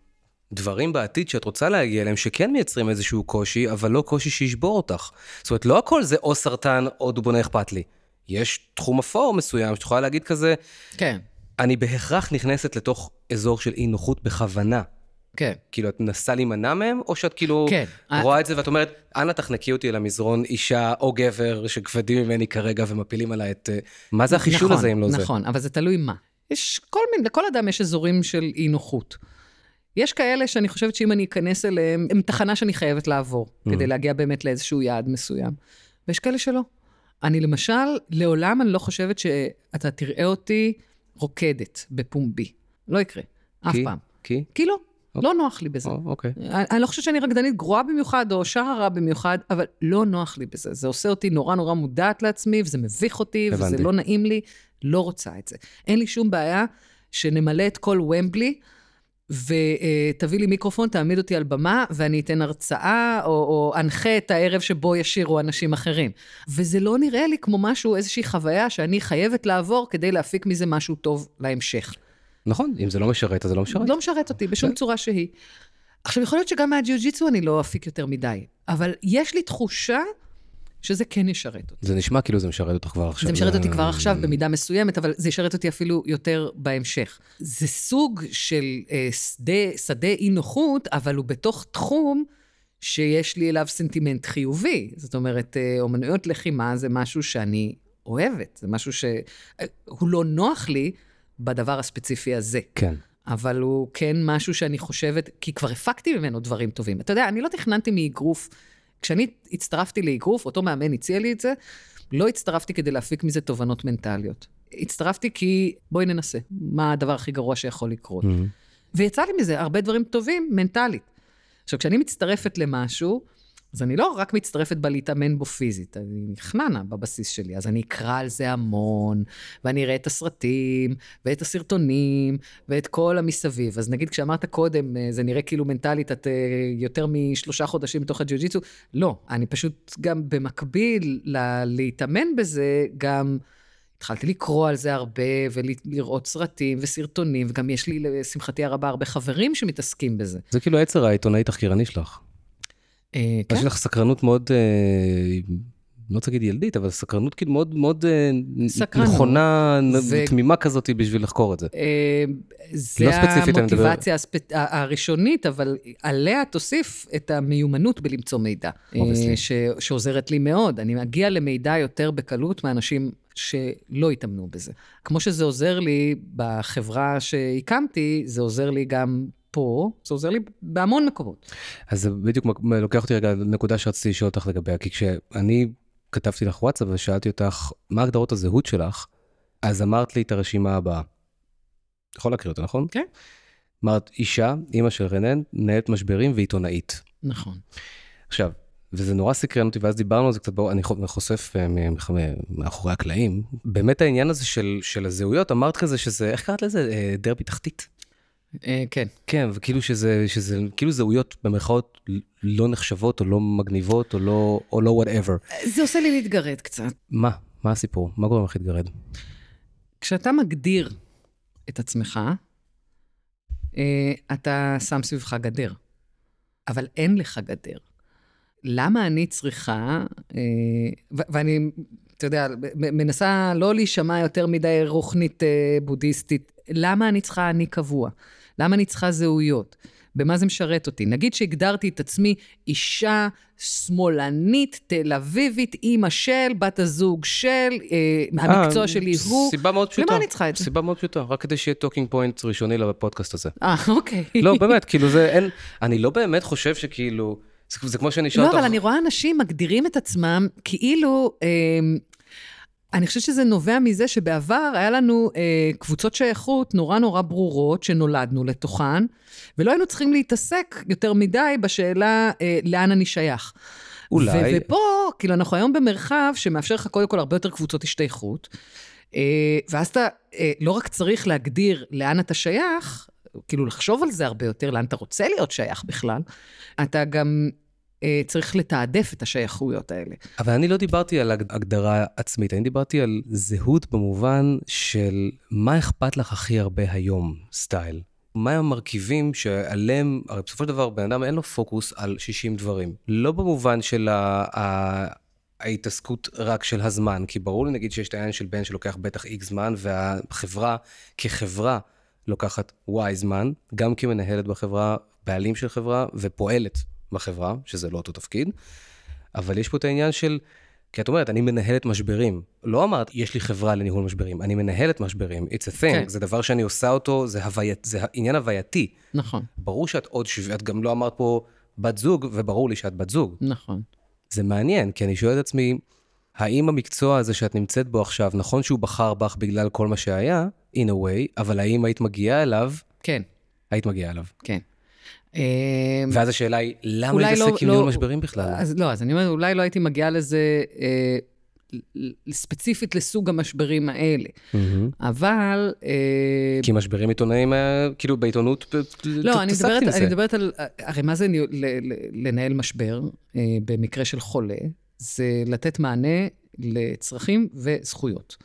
דברים בעתיד שאת רוצה להגיע אליהם, שכן מייצרים איזשהו קושי, אבל לא קושי שישבור אותך. זאת אומרת, לא הכל זה או סרטן או דובונה אכפת לי. יש תחום אפור מסוים, שאת יכולה להגיד כזה, כן. אני בהכרח נכנסת לתוך אזור של אי נוחות בכוונה. כן. כאילו, את מנסה להימנע מהם, או שאת כאילו רואה את זה, ואת אומרת, אנא תחנקי אותי למזרון, אישה או גבר שכבדים ממני כרגע ומפילים עליי את... מה זה החישול הזה אם לא זה? נכון, אבל זה תלוי מה. יש לכל אדם יש אזורים של אי נוחות. יש כאלה שאני חושבת שאם אני אכנס אליהם, הם תחנה שאני חייבת לעבור, כדי להגיע באמת לאיזשהו יעד מסוים. ויש כאלה שלא. אני למשל, לעולם אני לא חושבת שאתה תראה אותי רוקדת בפומבי. לא יקרה, אף פעם. כי? כי לא. לא נוח לי בזה. אוקיי. אני לא חושבת שאני רקדנית גרועה במיוחד, או שרה רע במיוחד, אבל לא נוח לי בזה. זה עושה אותי נורא נורא מודעת לעצמי, וזה מביך אותי, וזה לא נעים לי, לא רוצה את זה. אין לי שום בעיה שנמלא את כל ומבלי, ותביא לי מיקרופון, תעמיד אותי על במה, ואני אתן הרצאה, או אנחה את הערב שבו ישירו אנשים אחרים. וזה לא נראה לי כמו משהו, איזושהי חוויה שאני חייבת לעבור, כדי להפיק מזה משהו טוב להמשך. נכון, אם זה לא משרת, אז זה לא משרת. לא משרת אותי, בשום צורה שהיא. עכשיו, יכול להיות שגם מהג'יוג'יצו אני לא אפיק יותר מדי, אבל יש לי תחושה שזה כן ישרת אותי. זה נשמע כאילו זה משרת אותך כבר עכשיו. זה משרת אותי כבר עכשיו במידה מסוימת, אבל זה ישרת אותי אפילו יותר בהמשך. זה סוג של שדה אי נוחות, אבל הוא בתוך תחום שיש לי אליו סנטימנט חיובי. זאת אומרת, אומנויות לחימה זה משהו שאני אוהבת, זה משהו שהוא לא נוח לי בדבר הספציפי הזה. כן. אבל הוא כן משהו שאני חושבת, כי כבר הפקתי ממנו דברים טובים. אתה יודע, אני לא תכננתי מאגרוף, כשאני הצטרפתי לאגרוף, אותו מאמן הציע לי את זה, לא הצטרפתי כדי להפיק מזה תובנות מנטליות. הצטרפתי כי בואי ננסה, מה הדבר הכי גרוע שיכול לקרות. ויצא לי מזה הרבה דברים טובים מנטלית. עכשיו, כשאני מצטרפת למשהו, אז אני לא רק מצטרפת בה להתאמן בו פיזית, אני נכננה בבסיס שלי, אז אני אקרא על זה המון, ואני אראה את הסרטים, ואת הסרטונים, ואת כל המסביב. אז נגיד, כשאמרת קודם, זה נראה כאילו מנטלית, את יותר מ3 חודשים בתוך הג'יוג'יצו, לא, אני פשוט גם במקביל להתאמן בזה, גם התחלתי לקרוא על זה הרבה, ולראות סרטים וסרטונים, וגם יש לי, לשמחתי הרבה, הרבה חברים שמתעסקים בזה. זה כאילו היצר העיתונאי תחקירני שלך. יש לך סקרנות מאוד, לא רוצה להגיד ילדית, אבל סקרנות כאילו מאוד מאוד נכונה, תמימה כזאת בשביל לחקור את זה. זה המוטיבציה הראשונית, אבל עליה תוסיף את המיומנות בלמצוא מידע, שעוזרת לי מאוד. אני מגיע למידע יותר בקלות מאנשים שלא התאמנו בזה. כמו שזה עוזר לי בחברה שהקמתי, זה עוזר לי גם פה, זה עוזר לי בהמון מקומות. אז זה בדיוק לוקח אותי רגע לנקודה שרציתי לשאול אותך לגביה, כי כשאני כתבתי לך וואטסאפ ושאלתי אותך, מה הגדרות הזהות שלך, אז אמרת לי את הרשימה הבאה. יכול להקריא אותה, נכון? כן. אמרת, אישה, אמא של רנן, מנהלת משברים ועיתונאית. נכון. עכשיו, וזה נורא סקרן אותי, ואז דיברנו על זה קצת, אני חושף מאחורי הקלעים. באמת העניין הזה של הזהויות, אמרת כזה שזה, איך קראת לזה? דרבי תחתית. כן. כן, וכאילו שזה כאילו זהויות במרכאות לא נחשבות, או לא מגניבות, או לא whatever. זה עושה לי להתגרד קצת. מה? מה הסיפור? מה גורם לך להתגרד? כשאתה מגדיר את עצמך, אתה שם סביבך גדר. אבל אין לך גדר. למה אני צריכה, ואני, אתה יודע, מנסה לא להישמע יותר מדי רוחנית בודהיסטית, למה אני צריכה אני קבוע? למה אני צריכה זהויות? במה זה משרת אותי? נגיד שהגדרתי את עצמי אישה שמאלנית, תל אביבית, אימא של, בת הזוג של, המקצוע שלי הוא. סיבה מאוד פשוטה. למה אני צריכה את זה? סיבה מאוד פשוטה, רק כדי שיהיה טוקינג פוינט ראשוני לפודקאסט הזה. אוקיי. לא, באמת, כאילו זה, אין, אני לא באמת חושב שכאילו, זה כמו שאני שואל אותך. לא, אבל אני רואה אנשים מגדירים את עצמם כאילו, אני חושבת שזה נובע מזה שבעבר היה לנו קבוצות שייכות נורא נורא ברורות שנולדנו לתוכן, ולא היינו צריכים להתעסק יותר מדי בשאלה לאן אני שייך. אולי. ופה, כאילו אנחנו היום במרחב שמאפשר לך קודם כל הרבה יותר קבוצות השתייכות, ואז אתה לא רק צריך להגדיר לאן אתה שייך, כאילו לחשוב על זה הרבה יותר, לאן אתה רוצה להיות שייך בכלל, אתה גם צריך לתעדף את השייכויות האלה. אבל אני לא דיברתי על הגדרה עצמית, אני דיברתי על זהות במובן של מה אכפת לך הכי הרבה היום, סטייל. מה הם המרכיבים שעליהם, הרי בסופו של דבר, בן אדם אין לו פוקוס על 60 דברים. לא במובן של ההתעסקות רק של הזמן, כי ברור לי נגיד שיש את העניין של בן שלוקח בטח X זמן, והחברה כחברה לוקחת Y זמן, גם כמנהלת בחברה, בעלים של חברה, ופועלת בחברה, שזה לא אותו תפקיד. אבל יש פה את העניין של, כי את אומרת, אני מנהלת משברים. לא אמרת, יש לי חברה לניהול משברים, אני מנהלת משברים. It's a thing, כן. זה דבר שאני עושה אותו, זה עניין הווייתי. נכון. ברור שאת את גם לא אמרת פה בת זוג, וברור לי שאת בת זוג. נכון. זה מעניין, כי אני שואל את עצמי, האם המקצוע הזה שאת נמצאת בו עכשיו, נכון שהוא בחר בך בגלל כל מה שהיה, in a way, אבל האם היית מגיעה אליו? כן. היית מגיעה אליו. כן. ואז השאלה היא, למה להתעסק עם ניהול משברים בכלל? אז אני אומרת, אולי לא הייתי מגיעה לזה ספציפית לסוג המשברים האלה. אבל... כי משברים עיתונאים, כאילו בעיתונות, לא, אני מדברת על... הרי מה זה לנהל משבר במקרה של חולה? זה לתת מענה לצרכים וזכויות.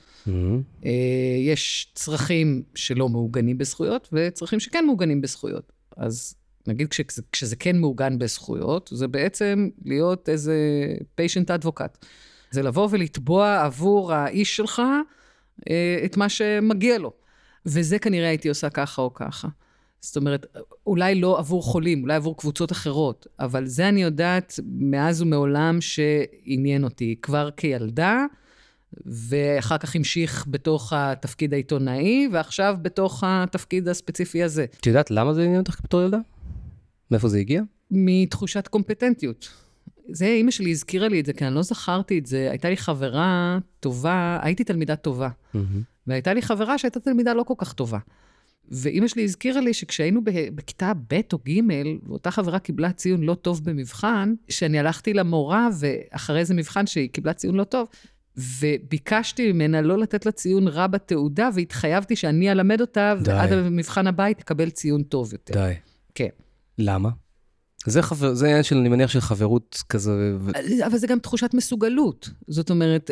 יש צרכים שלא מעוגנים בזכויות, וצרכים שכן מעוגנים בזכויות. אז נגיד כשזה כן מעוגן בזכויות, זה בעצם להיות איזה patient advocate. זה לבוא ולתבוע עבור האיש שלך את מה שמגיע לו. וזה כנראה הייתי עושה ככה או ככה. זאת אומרת, אולי לא עבור חולים, אולי עבור קבוצות אחרות, אבל זה אני יודעת מאז ומעולם שעניין אותי. כבר כילדה, ואחר כך המשיך בתוך התפקיד העיתונאי, ועכשיו בתוך התפקיד הספציפי הזה. את יודעת למה זה עניין אותך בתור ילדה? מאיפה זה הגיע? מתחושת קומפטנטיות. זה, אמא שלי הזכירה לי את זה, כי אני לא זכרתי את זה. הייתה לי חברה טובה, הייתי תלמידה טובה. והייתה לי חברה שהייתה תלמידה לא כל כך טובה. ואמא שלי הזכירה לי שכשהיינו בכיתה ב' או ג', ואותה חברה קיבלה ציון לא טוב במבחן, שאני הלכתי למורה, ואחרי איזה מבחן שהיא קיבלה ציון לא טוב, וביקשתי ממנה לא לתת לה ציון רע בתעודה, והתחייבתי שאני אלמד אותה, ועד המבחן הבא היא תקבל ציון טוב יותר. די. כן. למה? זה עניין של, אני מניח, של חברות כזה. אבל זה גם תחושת מסוגלות. זאת אומרת,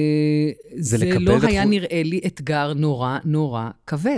זה לא היה נראה לי אתגר נורא נורא כבד.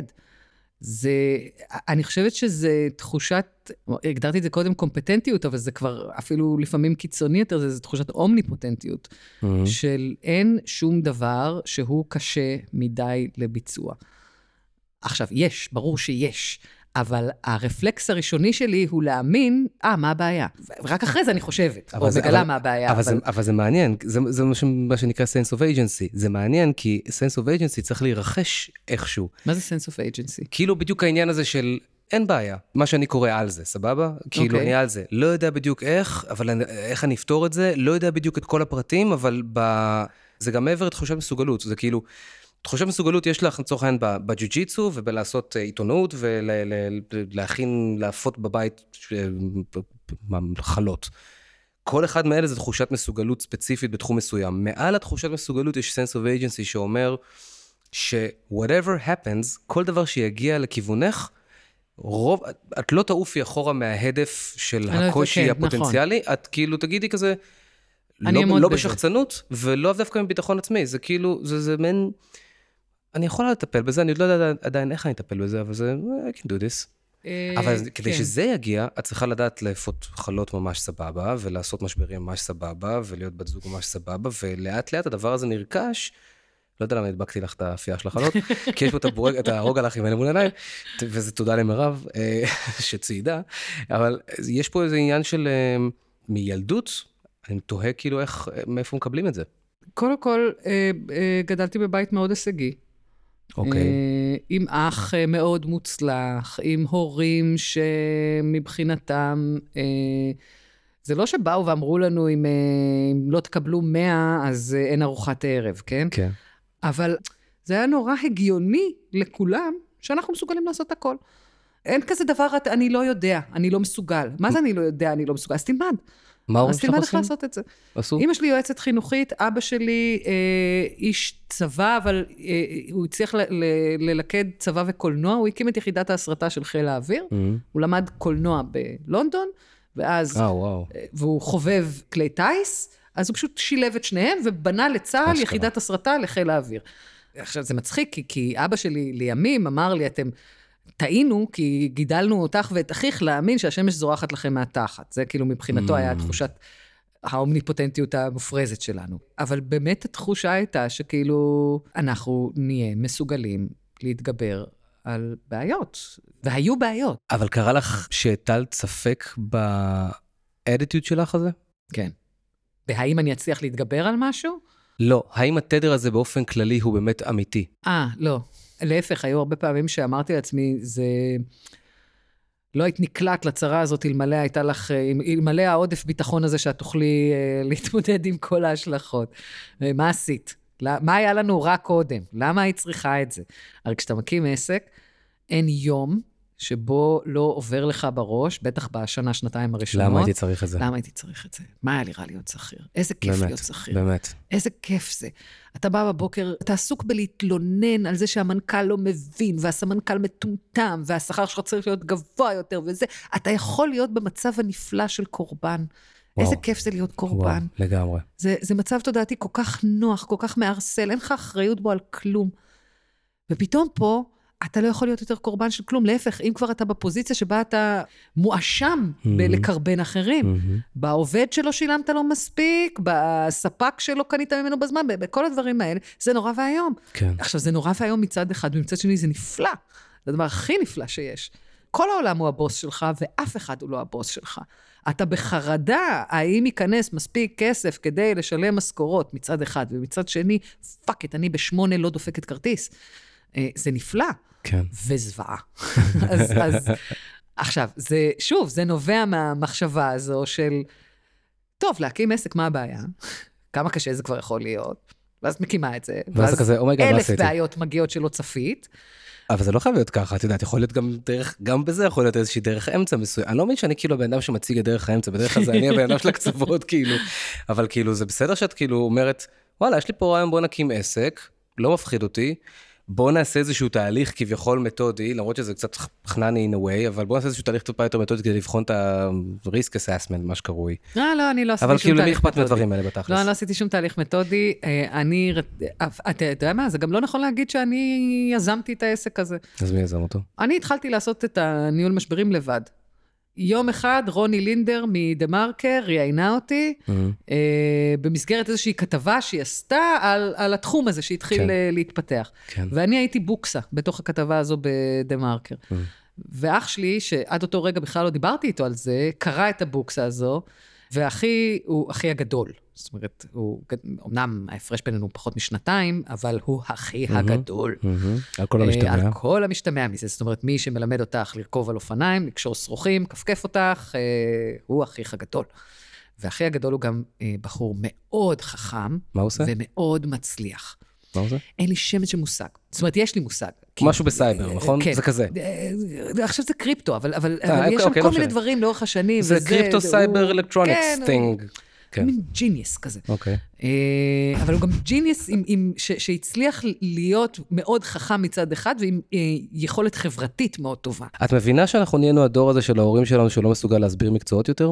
אני חושבת שזה תחושת, הגדרתי את זה קודם קומפטנטיות, אבל זה כבר אפילו לפעמים קיצוני יותר, זה תחושת אומניפוטנטיות, של אין שום דבר שהוא קשה מדי לביצוע. עכשיו, ברור שיש, אבל הרפלקס הראשוני שלי הוא להאמין, מה הבעיה? רק אחרי זה אני חושבת, או מגלה מה הבעיה. אבל זה מעניין, זה מה שנקרא sense of agency. זה מעניין, כי sense of agency צריך להירחש איכשהו. מה זה sense of agency? כאילו בדיוק העניין הזה של אין בעיה, מה שאני קורא על זה, סבבה? כאילו אני על זה, לא יודע בדיוק אבל איך אני אפתור את זה, לא יודע בדיוק את כל הפרטים, אבל זה גם מעבר לתחושת מסוגלות, זה כאילו, תחושת מסוגלות יש לך לצורך העניין בג'יוג'יצו, ובלעשות עיתונות, ולהכין, להפות בבית חלות. כל אחד מאלה זה תחושת מסוגלות ספציפית בתחום מסוים. מעל התחושת מסוגלות יש sense of agency שאומר, ש-whatever happens, כל דבר שיגיע לכיוונך, את לא תעופי אחורה מההדף של הקושי הפוטנציאלי, את כאילו תגידי כזה, לא בשחצנות, ולא דווקא מביטחון עצמי, זה כאילו, זה מין, אני יכולה לטפל בזה, אני עוד לא יודע עדיין איך אני אטפל בזה, אבל זה, I can do this. אבל כדי שזה יגיע, את צריכה לדעת לאפות חלות ממש סבבה, ולעשות משברים ממש סבבה, ולהיות בת זוג ממש סבבה, ולאט לאט הדבר הזה נרכש, לא יודע למה הדבקתי לך את האפייה של החלות, כי יש פה את הרוגע לך עם אלה מול עיניים, וזה תודה למרב שצעידה, אבל יש פה איזה עניין של מילדות, אני תוהה כאילו מאיפה מקבלים את זה. קודם כל, גדלתי בבית מאוד הישגי. אוקיי. עם אח מאוד מוצלח, עם הורים שמבחינתם, זה לא שבאו ואמרו לנו, אם לא תקבלו 100, אז אין ארוחת ערב, כן? כן. אבל זה היה נורא הגיוני לכולם, שאנחנו מסוגלים לעשות הכל. אין כזה דבר, אני לא יודע, אני לא מסוגל. מה זה אני לא יודע, אני לא מסוגל? אז תלמד. מה ההורים שלך עושים? אז תלמד איך לעשות את זה. עשו? אמא שלי יועצת חינוכית, אבא שלי איש צבא, אבל הוא הצליח ללכד צבא וקולנוע, הוא הקים את יחידת ההסרטה של חיל האוויר, הוא למד קולנוע בלונדון, ואז, והוא חובב כלי טייס, אז הוא פשוט שילב את שניהם, ובנה לצה"ל יחידת הסרטה לחיל האוויר. עכשיו, זה מצחיק, כי אבא שלי לימים אמר לי, טעינו, כי גידלנו אותך ואת אחיך להאמין שהשמש זורחת לכם מהתחת. זה כאילו מבחינתו היה תחושת האומניפוטנטיות המופרזת שלנו. אבל באמת התחושה הייתה שכאילו אנחנו נהיה מסוגלים להתגבר על בעיות, והיו בעיות. אבל קרה לך שהטלת ספק באדיטיות שלך הזה? כן. והאם אני אצליח להתגבר על משהו? לא. האם התדר הזה באופן כללי הוא באמת אמיתי? לא. להפך, היו הרבה פעמים שאמרתי לעצמי, זה לא היית נקלט לצרה הזאת, אלמלא הייתה לך, אלמלא העודף ביטחון הזה שאת תוכלי להתמודד עם כל ההשלכות. מה עשית? מה היה לנו רק קודם? למה היית צריכה את זה? הרי כשאתה מקים עסק, אין יום שבו לא עובר לך בראש, בטח בשנה, שנתיים הראשונות. למה הייתי צריך את זה? למה הייתי צריך את זה? מה היה לי רע להיות שכיר? איזה כיף להיות שכיר. באמת. איזה כיף זה. אתה בא בבוקר, אתה עסוק בלהתלונן על זה שהמנכ"ל לא מבין, והסמנכ"ל מטומטם, והשכר שלך צריך להיות גבוה יותר, וזה, אתה יכול להיות במצב הנפלא של קורבן. וואו. איזה כיף זה להיות קורבן. וואו, לגמרי. זה מצב תודעתי כל כך נוח, כל כך מערסל, אין לך אחריות בו על כלום. ופתאום פה, אתה לא יכול להיות יותר קורבן של כלום, להפך, אם כבר אתה בפוזיציה שבה אתה מואשם בלקרבן אחרים, בעובד שלו שילמת לו מספיק, בספק שלו קנית ממנו בזמן, בכל הדברים האלה, זה נורא והיום. כן. עכשיו, זה נורא והיום מצד אחד, ומצד שני זה נפלא, זה הדבר הכי נפלא שיש. כל העולם הוא הבוס שלך, ואף אחד הוא לא הבוס שלך. אתה בחרדה, האם ייכנס מספיק כסף כדי לשלם משכורות מצד אחד, ומצד שני, פאק, אני ב8 לא דופקת כרטיס. זה נפלא. כן. וזוועה. אז עכשיו, שוב, זה נובע מהמחשבה הזו של, טוב, להקים עסק, מה הבעיה? כמה קשה זה כבר יכול להיות? ואז מקימה את זה. ואז כזה, אומייגה, מה עשיתי? 1000 בעיות מגיעות שלא צפית. אבל זה לא חייב להיות ככה, את יודעת, יכול להיות גם בזה יכול להיות איזושהי דרך אמצע מסוים. אני לא מבין שאני כאילו הבן אדם שמציג את דרך האמצע, בדרך כלל זה אני הבן אדם של הקצוות, כאילו. אבל כאילו, זה בסדר שאת כאילו אומרת, וואלה, יש לי פה רעיון, בוא נקים עסק, לא מפחיד אותי, בוא נעשה איזשהו תהליך כביכול מתודי, למרות שזה קצת חנני in a way, אבל בוא נעשה איזשהו תהליך טיפה יותר מתודי, כדי לבחון את ה-risk assessment, מה שקרוי. לא, אני לא עשיתי אבל שום כאילו, תהליך מי אכפת מתודי. מהדברים האלה בתכלס? לא, אני לא עשיתי שום תהליך מתודי. אתה יודע מה? זה גם לא נכון להגיד שאני יזמתי את העסק הזה. אז מי יזם אותו? אני התחלתי לעשות את הניהול משברים לבד. יום אחד, רוני לינדר מדה מרקר ראיינה אותי, במסגרת איזושהי כתבה שהיא עשתה על התחום הזה שהתחיל להתפתח. ואני הייתי בוקסה בתוך הכתבה הזו בדה מרקר. ואח שלי, שעד אותו רגע בכלל לא דיברתי איתו על זה, קרא את הבוקסה הזו, ואחי הוא אחי הגדול. זאת אומרת, אמנם ההפרש בינינו פחות משנתיים, אבל הוא הכי הגדול. על כל המשתמע. על כל המשתמע מזה. זאת אומרת, מי שמלמד אותך לרכוב על אופניים, לקשור שרוכים, כפכף אותך, הוא אחיך הגדול. והכי הגדול הוא גם בחור מאוד חכם. מה הוא עושה? ומאוד מצליח. מה הוא עושה? אין לי שמץ של מושג. זאת אומרת, יש לי מושג. משהו בסייבר, נכון? כן. זה כזה. עכשיו זה קריפטו, אבל יש שם כל מיני דברים לאורך השנים. זה קריפטו סייבר אלקטרוניקס thing. מין ג'יניוס כזה. אוקיי. אבל הוא גם ג'יניוס שהצליח להיות מאוד חכם מצד אחד, ועם יכולת חברתית מאוד טובה. את מבינה שאנחנו נהיינו הדור הזה של ההורים שלנו, שלא מסוגל להסביר מקצועות יותר?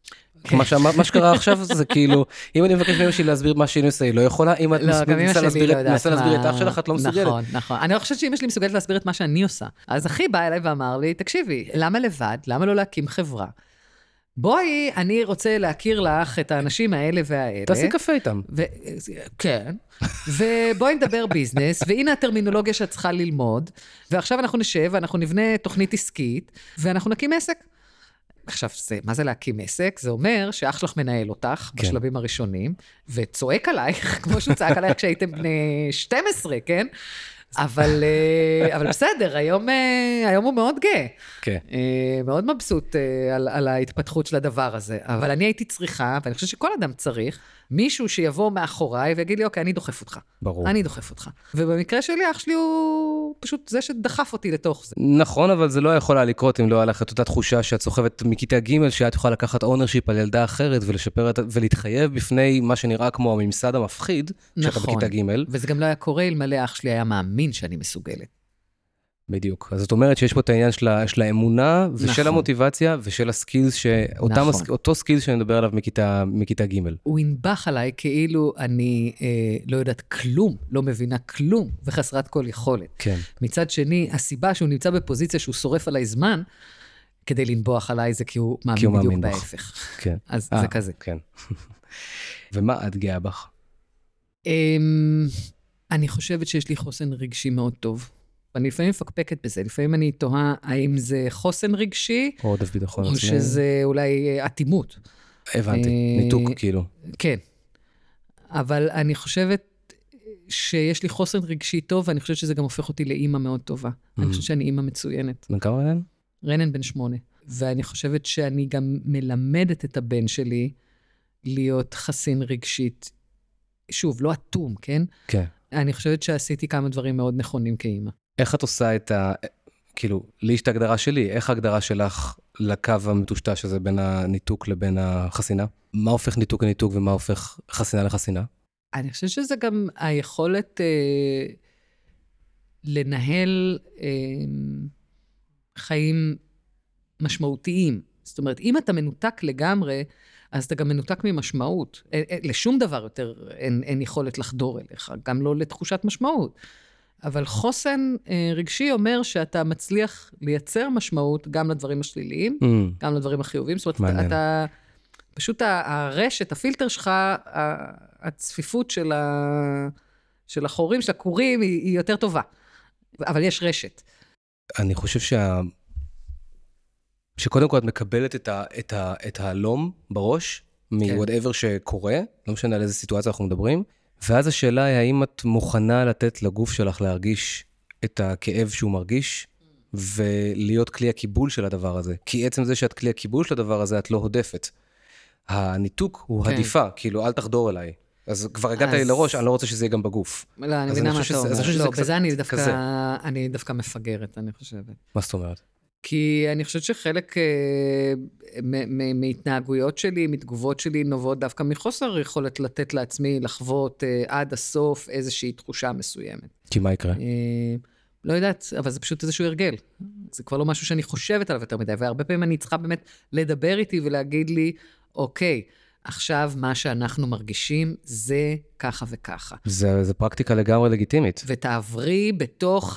מה שקרה עכשיו זה כאילו, אם אני מבקש ממנו שלי להסביר מה שאני עושה, היא לא יכולה, אם את מנסה להסביר את אח שלך, את לא מסוגלת. נכון. אני חושבת שאמא שלי מסוגלת להסביר את מה שאני עושה. אז אחי בא אליי ואמר לי, תקשיבי, למה לבד? למה לא להקים חברה? בואי, אני רוצה להכיר לך את האנשים האלה והאלה. תעשי קפה איתם. כן. ובואי נדבר ביזנס, והנה הטרמינולוגיה שאת צריכה ללמוד, ועכשיו אנחנו נשב, ואנחנו נבנה תוכנית עסקית, ואנחנו נקים עסק. עכשיו, מה זה להקים עסק? זה אומר שאח שלך מנהל אותך בשלבים הראשונים, וצועק עלייך, כמו שהוא צעק עלייך כשהייתם בני 12, כן? אבל בסדר, היום הוא מאוד גאה. כן. מאוד מבסוט על ההתפתחות של הדבר הזה. אבל אני הייתי צריכה, ואני חושבת שכל אדם צריך, מישהו שיבוא מאחוריי ויגיד לי, אוקיי, אני דוחף אותך. ברור. אני דוחף אותך. ובמקרה שלי, אח שלי הוא פשוט זה שדחף אותי לתוך זה. נכון, אבל זה לא יכול לקרות אם לא היה לך את אותה תחושה שאת סוחבת מכיתה ג' שאת יכולה לקחת אונרשיפ על ילדה אחרת ולשפר ולהתחייב בפני מה שנראה כמו הממסד המפחיד, שאתה בכיתה ג'. וזה גם לא היה קורה אלמלא אח שלי היה מאמין שאני מסוגלת. בדיוק. אז זאת אומרת שיש פה את העניין של האמונה, ושל נכון. המוטיבציה, ושל הסקילס, אותו סקילס שאני מדבר עליו מכיתה ג'. הוא ינבח עליי כאילו אני לא יודעת כלום, לא מבינה כלום, וחסרת כל יכולת. כן. מצד שני, הסיבה שהוא נמצא בפוזיציה שהוא שורף עליי זמן, כדי לנבוח עליי זה כי הוא מאמין בדיוק בהפך. כן. אז זה כזה. כן. ומה את גאה בך? אני חושבת שיש לי חוסן רגשי מאוד טוב. ואני לפעמים מפקפקת בזה, לפעמים אני תוהה האם זה חוסן רגשי, או עודף ביטחון עצמי. או שזה אולי אטימות. הבנתי, ניתוק כאילו. כן. אבל אני חושבת שיש לי חוסן רגשי טוב, ואני חושבת שזה גם הופך אותי לאימא מאוד טובה. אני חושבת שאני אימא מצוינת. בן כמה רנן? רנן בן 8. ואני חושבת שאני גם מלמדת את הבן שלי להיות חסין רגשית. שוב, לא אטום, כן? כן. אני חושבת שעשיתי כמה דברים מאוד נכונים כאימא. איך את עושה את כאילו, לי יש את ההגדרה שלי, איך ההגדרה שלך לקו המטושטש הזה בין הניתוק לבין החסינה? מה הופך ניתוק לניתוק ומה הופך חסינה לחסינה? אני חושבת שזה גם היכולת לנהל חיים משמעותיים. זאת אומרת, אם אתה מנותק לגמרי, אז אתה גם מנותק ממשמעות. לשום דבר יותר אין יכולת לחדור אליך, גם לא לתחושת משמעות. אבל חוסן רגשי אומר שאתה מצליח לייצר משמעות גם לדברים השליליים, גם לדברים החיוביים. זאת אומרת, אתה פשוט הרשת, הפילטר שלך, הצפיפות של החורים, של הכורים, היא יותר טובה. אבל יש רשת. אני חושב שקודם כל את מקבלת את ההלום בראש, מ-whatever שקורה, לא משנה על איזה סיטואציה אנחנו מדברים, ואז השאלה היא, האם את מוכנה לתת לגוף שלך להרגיש את הכאב שהוא מרגיש, ולהיות כלי הקיבול של הדבר הזה? כי עצם זה שאת כלי הקיבול של הדבר הזה, את לא הודפת. הניתוק הוא עדיפה, כאילו, אל תחדור אליי. אז כבר הגעת לי לראש, אני לא רוצה שזה יהיה גם בגוף. לא, אני מבינה מה אתה אומר. לא, בזה אני דווקא מפגרת, אני חושבת. מה זאת אומרת? כי אני חושבת שחלק מהתנהגויות שלי, מתגובות שלי, נובעות דווקא מחוסר יכולת לתת לעצמי לחוות עד הסוף איזושהי תחושה מסוימת. כי מה יקרה? לא יודעת, אבל זה פשוט איזשהו הרגל. זה כבר לא משהו שאני חושבת עליו יותר מדי, והרבה פעמים אני צריכה באמת לדבר איתי ולהגיד לי, אוקיי, עכשיו מה שאנחנו מרגישים זה ככה וככה. זה פרקטיקה לגמרי לגיטימית. ותעברי בתוך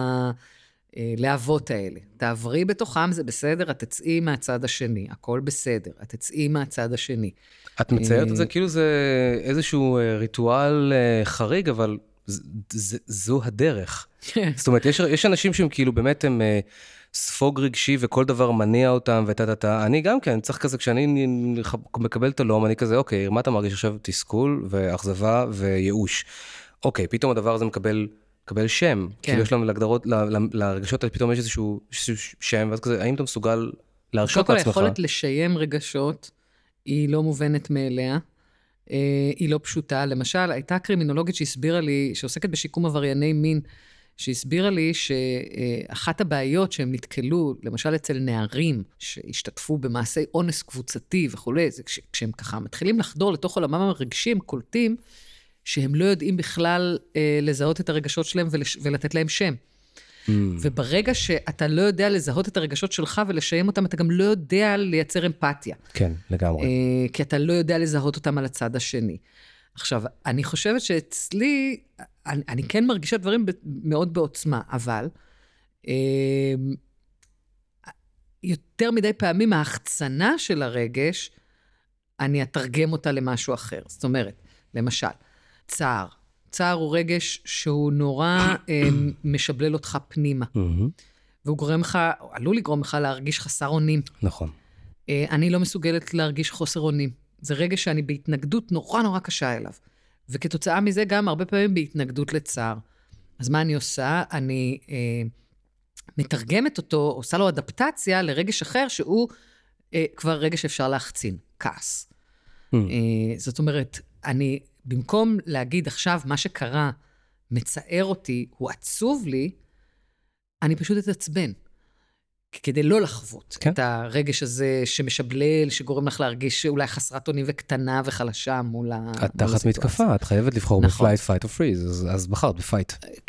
להבות האלה. תעברי בתוכם, זה בסדר, את תצאי מהצד השני, הכל בסדר, את תצאי מהצד השני. את מציירת את זה כאילו זה איזשהו ריטואל חריג, אבל זו הדרך. זאת אומרת, יש אנשים שהם כאילו באמת הם ספוג רגשי וכל דבר מניע אותם וטטטה. אני גם כן, צריך כזה, כשאני מקבל את הלום, אני כזה, אוקיי, מה אתה מרגיש עכשיו? תסכול ואכזבה וייאוש. אוקיי, פתאום הדבר הזה מקבל שם, כאילו יש לנו להגדרות, לרגשות, פתאום יש איזשהו שם, ואז כזה, האם אתה מסוגל להרשות לעצמך? כל היכולת לשיים רגשות, היא לא מובנת מאליה, היא לא פשוטה. למשל, הייתה קרימינולוגית שהסבירה לי, שעוסקת בשיקום עברייני מין, שהסבירה לי שאחת הבעיות שהם נתקלו, למשל אצל נערים שהשתתפו במעשי אונס קבוצתי וכו', זה כשהם ככה מתחילים לחדור לתוך עולמם הרגשי, הם קולטים, שהם לא יודעים בכלל לזהות את הרגשות שלהם ולתת להם שם. וברגע שאתה לא יודע לזהות את הרגשות שלך ולשיים אותם, אתה גם לא יודע לייצר אמפתיה. כן, לגמרי. כי אתה לא יודע לזהות אותם על הצד השני. עכשיו, אני חושבת שאצלי, אני כן מרגישה דברים מאוד בעוצמה, אבל יותר מדי פעמים ההחצנה של הרגש, אני אתרגם אותה למשהו אחר. זאת אומרת, למשל, צער. צער הוא רגש שהוא נורא משבלל אותך פנימה. והוא גורם לך, עלול לגרום לך להרגיש חסר אונים. נכון. אני לא מסוגלת להרגיש חוסר אונים. זה רגש שאני בהתנגדות נורא נורא קשה אליו. וכתוצאה מזה גם הרבה פעמים בהתנגדות לצער. אז מה אני עושה? אני מתרגמת אותו, עושה לו אדפטציה לרגש אחר שהוא כבר רגש שאפשר להחצין, כעס. זאת אומרת, אני במקום להגיד עכשיו מה שקרה מצער אותי, הוא עצוב לי, אני פשוט אתעצבן. כדי לא לחוות את הרגש הזה שמשבלל, שגורם לך להרגיש שאולי חסרת אונים וקטנה וחלשה מול הסיטואציה. את תחת מתקפה, את חייבת לבחור בפלייט, פייט או פריז, אז בחרת בפייט. כן,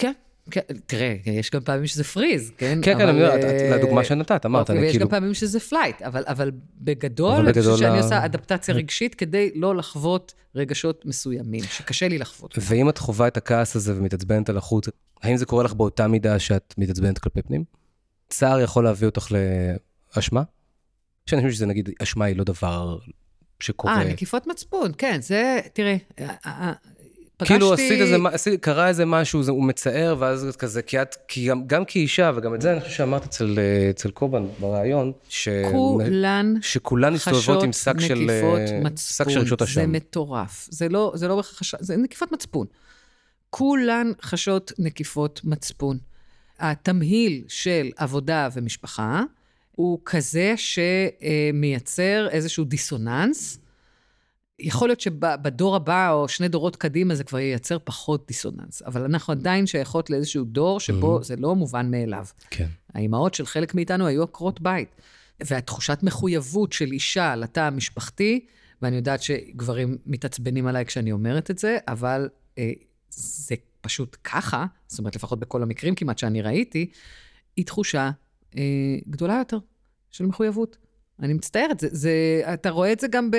תראה, יש גם פעמים שזה פריז, כן? כן, אני יודעת, לדוגמה שנתת, אמרת, ויש גם פעמים שזה פלייט, אבל בגדול, אני חושב שאני עושה אדפטציה רגשית כדי לא לחוות רגשות מסוימים, שקשה לי לחוות. ואם את חווה את הכעס הזה ומתעצבנת על החוץ, האם זה קורה לך באותה מידה שאת מתעצבנת כלפי פנים? צער יכול להביא אותך לאשמה? שאני חושב שזה נגיד, אשמה היא לא דבר שקורה. נקיפות מצפון, כן, זה, תראה, כאילו קרה איזה משהו, הוא מצער, ואז כזה, כי גם כאישה, וגם את זה אני חושב שאמרת אצל קורבן ברעיון, שכולן הסתובבות עם שק של רגשות אשם. זה מטורף. זה לא בכך, זה נקיפות מצפון. כולן חשות נקיפות מצפון. התמהיל של עבודה ומשפחה, הוא כזה שמייצר איזשהו דיסוננס, יכול להיות שבדור הבא, או 2 דורות קדימה, זה כבר ייצר פחות דיסוננס. אבל אנחנו עדיין שייכות לאיזשהו דור, שבו זה לא מובן מאליו. כן. האימהות של חלק מאיתנו היו עקרות בית. והתחושת מחויבות של אישה לתא המשפחתי, ואני יודעת שגברים מתעצבנים עליי כשאני אומרת את זה, אבל זה פשוט ככה, זאת אומרת, לפחות בכל המקרים כמעט שאני ראיתי, היא תחושה גדולה יותר של מחויבות. אני מצטערת, אתה רואה את זה גם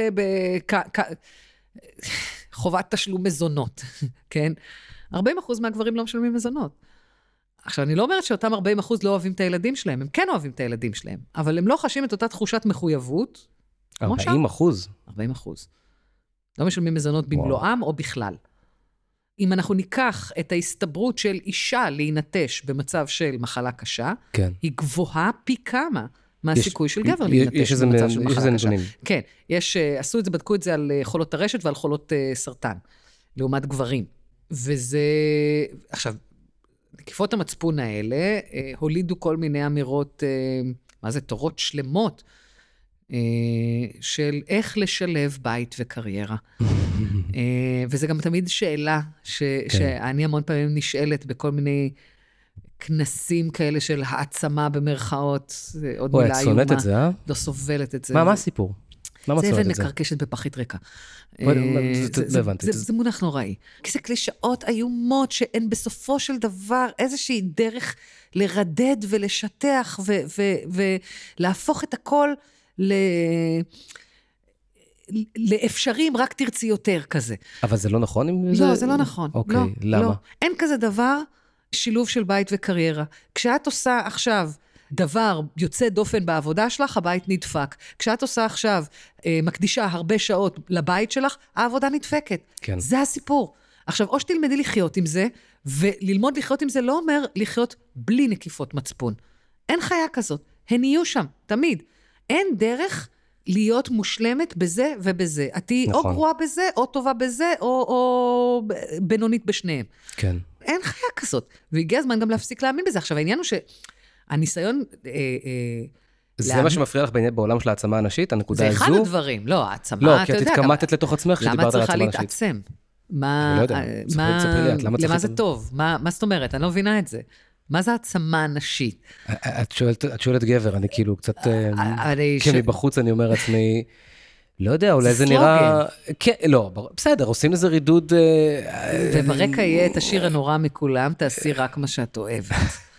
חובת תשלום מזונות, כן? 40% מהגברים לא משלמים מזונות. עכשיו, אני לא אומרת שאותם 40% לא אוהבים את הילדים שלהם, הם כן אוהבים את הילדים שלהם, אבל הם לא חשים את אותה תחושת מחויבות. 40%? 40%. לא משלמים מזונות במלואם או בכלל. אם אנחנו ניקח את ההסתברות של אישה להינטש במצב של מחלה קשה, כן. היא גבוהה פי כמה. מה הסיכוי של גבר להינטש במצב של מחלה קשה. כן, עשו את זה, בדקו את זה על חולות הרשת ועל חולות סרטן, לעומת גברים. וזה, עכשיו, נקיפות המצפון האלה, הולידו כל מיני אמירות, מה זה, תורות שלמות, של איך לשלב בית וקריירה. וזה גם תמיד שאלה, שאני המון פעמים נשאלת בכל מיני כנסים כאלה של העצמה במרכאות, עוד מילה איומה. את שונאת את זה, אה? לא סובלת את זה. מה הסיפור? זה אבן מקרקשת בפחית ריקה. זה מונח נוראי. כי זה קלישאות איומות שהן בסופו של דבר איזושהי דרך לרדד ולשטח ולהפוך את הכל לאפשרים, רק תרצי יותר כזה. אבל זה לא נכון? לא, זה לא נכון. אוקיי, למה? אין כזה דבר שילוב של בית וקריירה. כשאת עושה עכשיו דבר יוצא דופן בעבודה שלך, הבית נדפק. כשאת עושה עכשיו, מקדישה הרבה שעות לבית שלך, העבודה נדפקת. כן. זה הסיפור. עכשיו, או שתלמדי לחיות עם זה, וללמוד לחיות עם זה לא אומר לחיות בלי נקיפות מצפון. אין חיה כזאת. הן יהיו שם, תמיד. אין דרך להיות מושלמת בזה ובזה. את תהיי או גרועה בזה, או טובה בזה, או בינונית בשניהם. כן. אין חיה כזאת. והגיע הזמן גם להפסיק להאמין בזה. עכשיו, העניין הוא שהניסיון... זה מה שמפריע לך בעולם של העצמה הנשית, הנקודה הזו? זה אחד הדברים. לא, העצמה, לא, כי את התקמטת לתוך עצמך כשדיברת על העצמה הנשית. למה צריכה להתעצם? אני לא יודע, תספרי לי, למה למה זה טוב? מה זאת אומרת? אני לא מבינה את זה. מה זה העצמה נשית? את שואלת גבר, אני כאילו קצת... מבחוץ אני אומר עצמי... לא יודע, אולי זה נראה... כן, לא, בסדר, עושים איזה רידוד... וברקע יהיה את השיר הנורא מכולם, תעשי רק מה שאת אוהבת.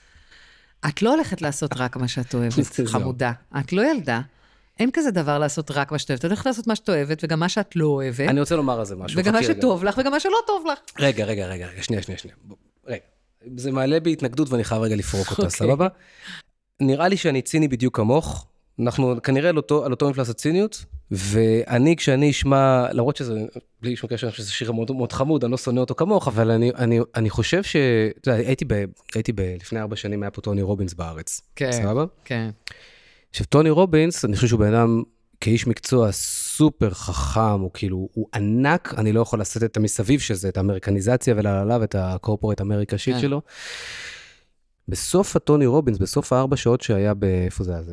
את לא הולכת לעשות רק מה שאת אוהבת, חמודה. את לא ילדה. אין כזה דבר לעשות רק מה שאת אוהבת. את הולכת לעשות מה שאת אוהבת, וגם מה שאת לא אוהבת. אני רוצה לומר על זה משהו. וגם מה שטוב לך, וגם מה שלא טוב לך. רגע, שנייה. רגע, זה מעלה בהתנגדות, ואני חייב רגע לפרוק אותה, סבבה? נראה לי שאני ציני בדיוק כמוך. אנחנו כנראה על אותו מפלס הציניות, ואני, כשאני אשמע, למרות שזה, בלי שום קשר, שזה שיר מאוד, מאוד חמוד, אני לא שונא אותו כמוך, אבל אני חושב ש... הייתי לפני 4 שנים, היה פה טוני רובינס בארץ. כן. סבבה? כן. עכשיו, טוני רובינס, אני חושב שהוא בן אדם, כאיש מקצוע סופר חכם, הוא כאילו, הוא ענק, אני לא יכול לעשות את המסביב שזה, את האמריקניזציה ולעליו, את הקורפורט אמריקה שיט שלו. בסוף הטוני רובינס, בסוף 4 שעות שהיה איפה זה,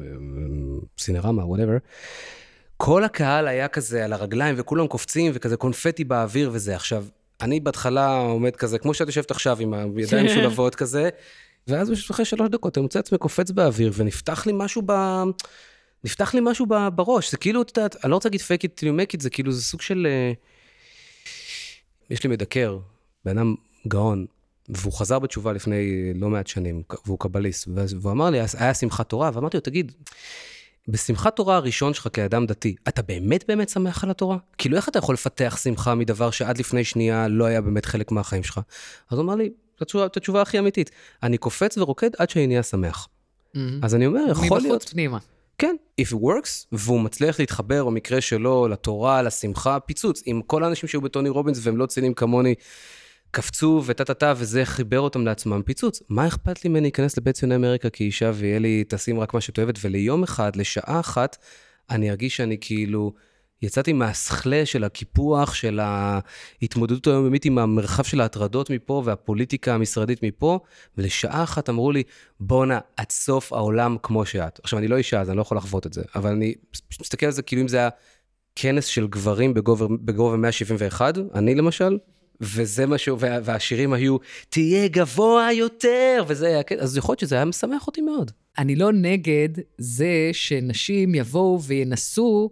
סינרמה, whatever, כל הקהל היה כזה על הרגליים, וכולם קופצים, וכזה קונפטי באוויר וזה. עכשיו, אני בהתחלה עומד כזה, כמו שאת יושבת עכשיו עם הידיים משולבות כזה, ואז אחרי 3 דקות, אני מוצא עצמי קופץ באוויר, ונפתח לי משהו בראש. זה כאילו, אני לא רוצה להגיד fake it till you make it, זה כאילו, זה סוג של... יש לי מדקר, בן אדם גאון, והוא חזר בתשובה לפני לא מעט שנים, והוא קבליסט, והוא אמר לי, היה שמחת תורה, ואמרתי לו, תגיד, בשמחת תורה הראשון שלך כאדם דתי, אתה באמת שמח על התורה? כאילו, איך אתה יכול לפתח שמחה מדבר שעד לפני שנייה לא היה באמת חלק מהחיים שלך? אז הוא אמר לי, את התשובה הכי אמיתית, אני קופץ ורוקד עד שאני נהיה שמח. אז אני אומר, יכול להיות... מבחוץ פנימה. כן, if it works, והוא מצליח להתחבר במקרה שלו לתורה, לשמחה, פיצוץ, עם כל האנשים שהיו בטוני רובינס והם לא ציינים כמוני, קפצו וטטטה, וזה חיבר אותם לעצמם פיצוץ. מה אכפת לי ממני להיכנס לבית ציוני אמריקה כאישה, ויהיה לי תשים רק מה שאת אוהבת, וליום אחד, לשעה אחת, אני ארגיש שאני כאילו, יצאתי מהשכלה של הקיפוח, של ההתמודדות היומיומית עם המרחב של ההטרדות מפה, והפוליטיקה המשרדית מפה, ולשעה אחת אמרו לי, בונה, עד סוף העולם כמו שאת. עכשיו, אני לא אישה, אז אני לא יכול לחוות את זה, אבל אני מסתכל על זה כאילו אם זה היה כנס של גברים בגובה 171, אני למשל, וזה משהו, והשירים היו, תהיה גבוה יותר, וזה היה, אז יכול להיות שזה היה משמח אותי מאוד. אני לא נגד זה שנשים יבואו וינסו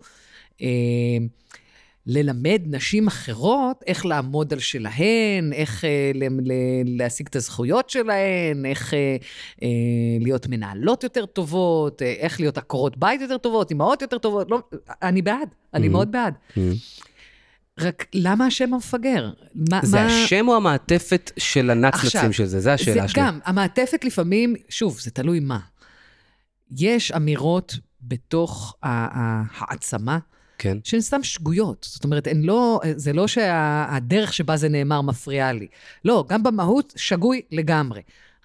ללמד נשים אחרות איך לעמוד על שלהן, איך להשיג את הזכויות שלהן, איך להיות מנהלות יותר טובות, איך להיות עקרות בית יותר טובות, אמהות יותר טובות. לא, אני בעד, אני מאוד בעד. רק למה השם המפגר? זה השם או המעטפת של הנצנצים של זה? זה השאלה שלי. גם, המעטפת לפעמים, שוב, זה תלוי מה. יש אמירות בתוך העצמה, כן. שהן סתם שגויות. זאת אומרת, זה לא שהדרך שבה זה נאמר מפריעה לי. לא, גם במהות שגוי לגמרי.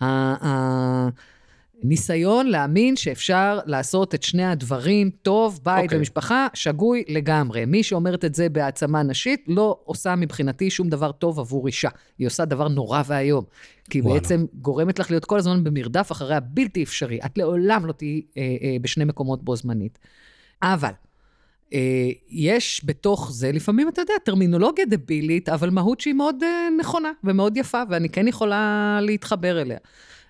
ניסיון להאמין שאפשר לעשות את שני הדברים, טוב, בית ומשפחה, שגוי לגמרי. מי שאומרת את זה בהעצמה נשית, לא עושה מבחינתי שום דבר טוב עבור אישה. היא עושה דבר נורא והיום. כי בעצם גורמת לך להיות כל הזמן במרדף אחרי הבלתי אפשרי. את לעולם לא תהיי בשני מקומות בו זמנית. אבל יש בתוך זה, לפעמים אתה יודע, טרמינולוגיה דבילית, אבל מהות שהיא מאוד נכונה ומאוד יפה, ואני כן יכולה להתחבר אליה.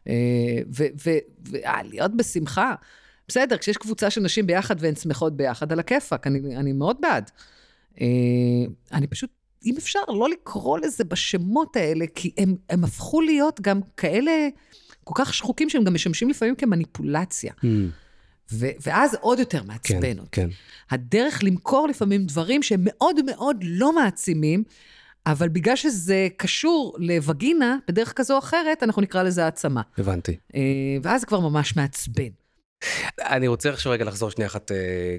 ולהיות בשמחה, בסדר, כשיש קבוצה של נשים ביחד והן שמחות ביחד, על הכיפק, אני מאוד בעד. אני פשוט, אם אפשר לא לקרוא לזה בשמות האלה, כי הם הפכו להיות גם כאלה, כל כך שחוקים שהם גם משמשים לפעמים כמניפולציה. ואז עוד יותר מעצבן אותי. כן. הדרך למכור לפעמים דברים שהם מאוד מאוד לא מעצימים, אבל בגלל שזה קשור לווגינה, בדרך כזו או אחרת, אנחנו נקרא לזה העצמה. הבנתי. ואז כבר ממש מעצבן. אני רוצה עכשיו רגע לחזור שנייה אחת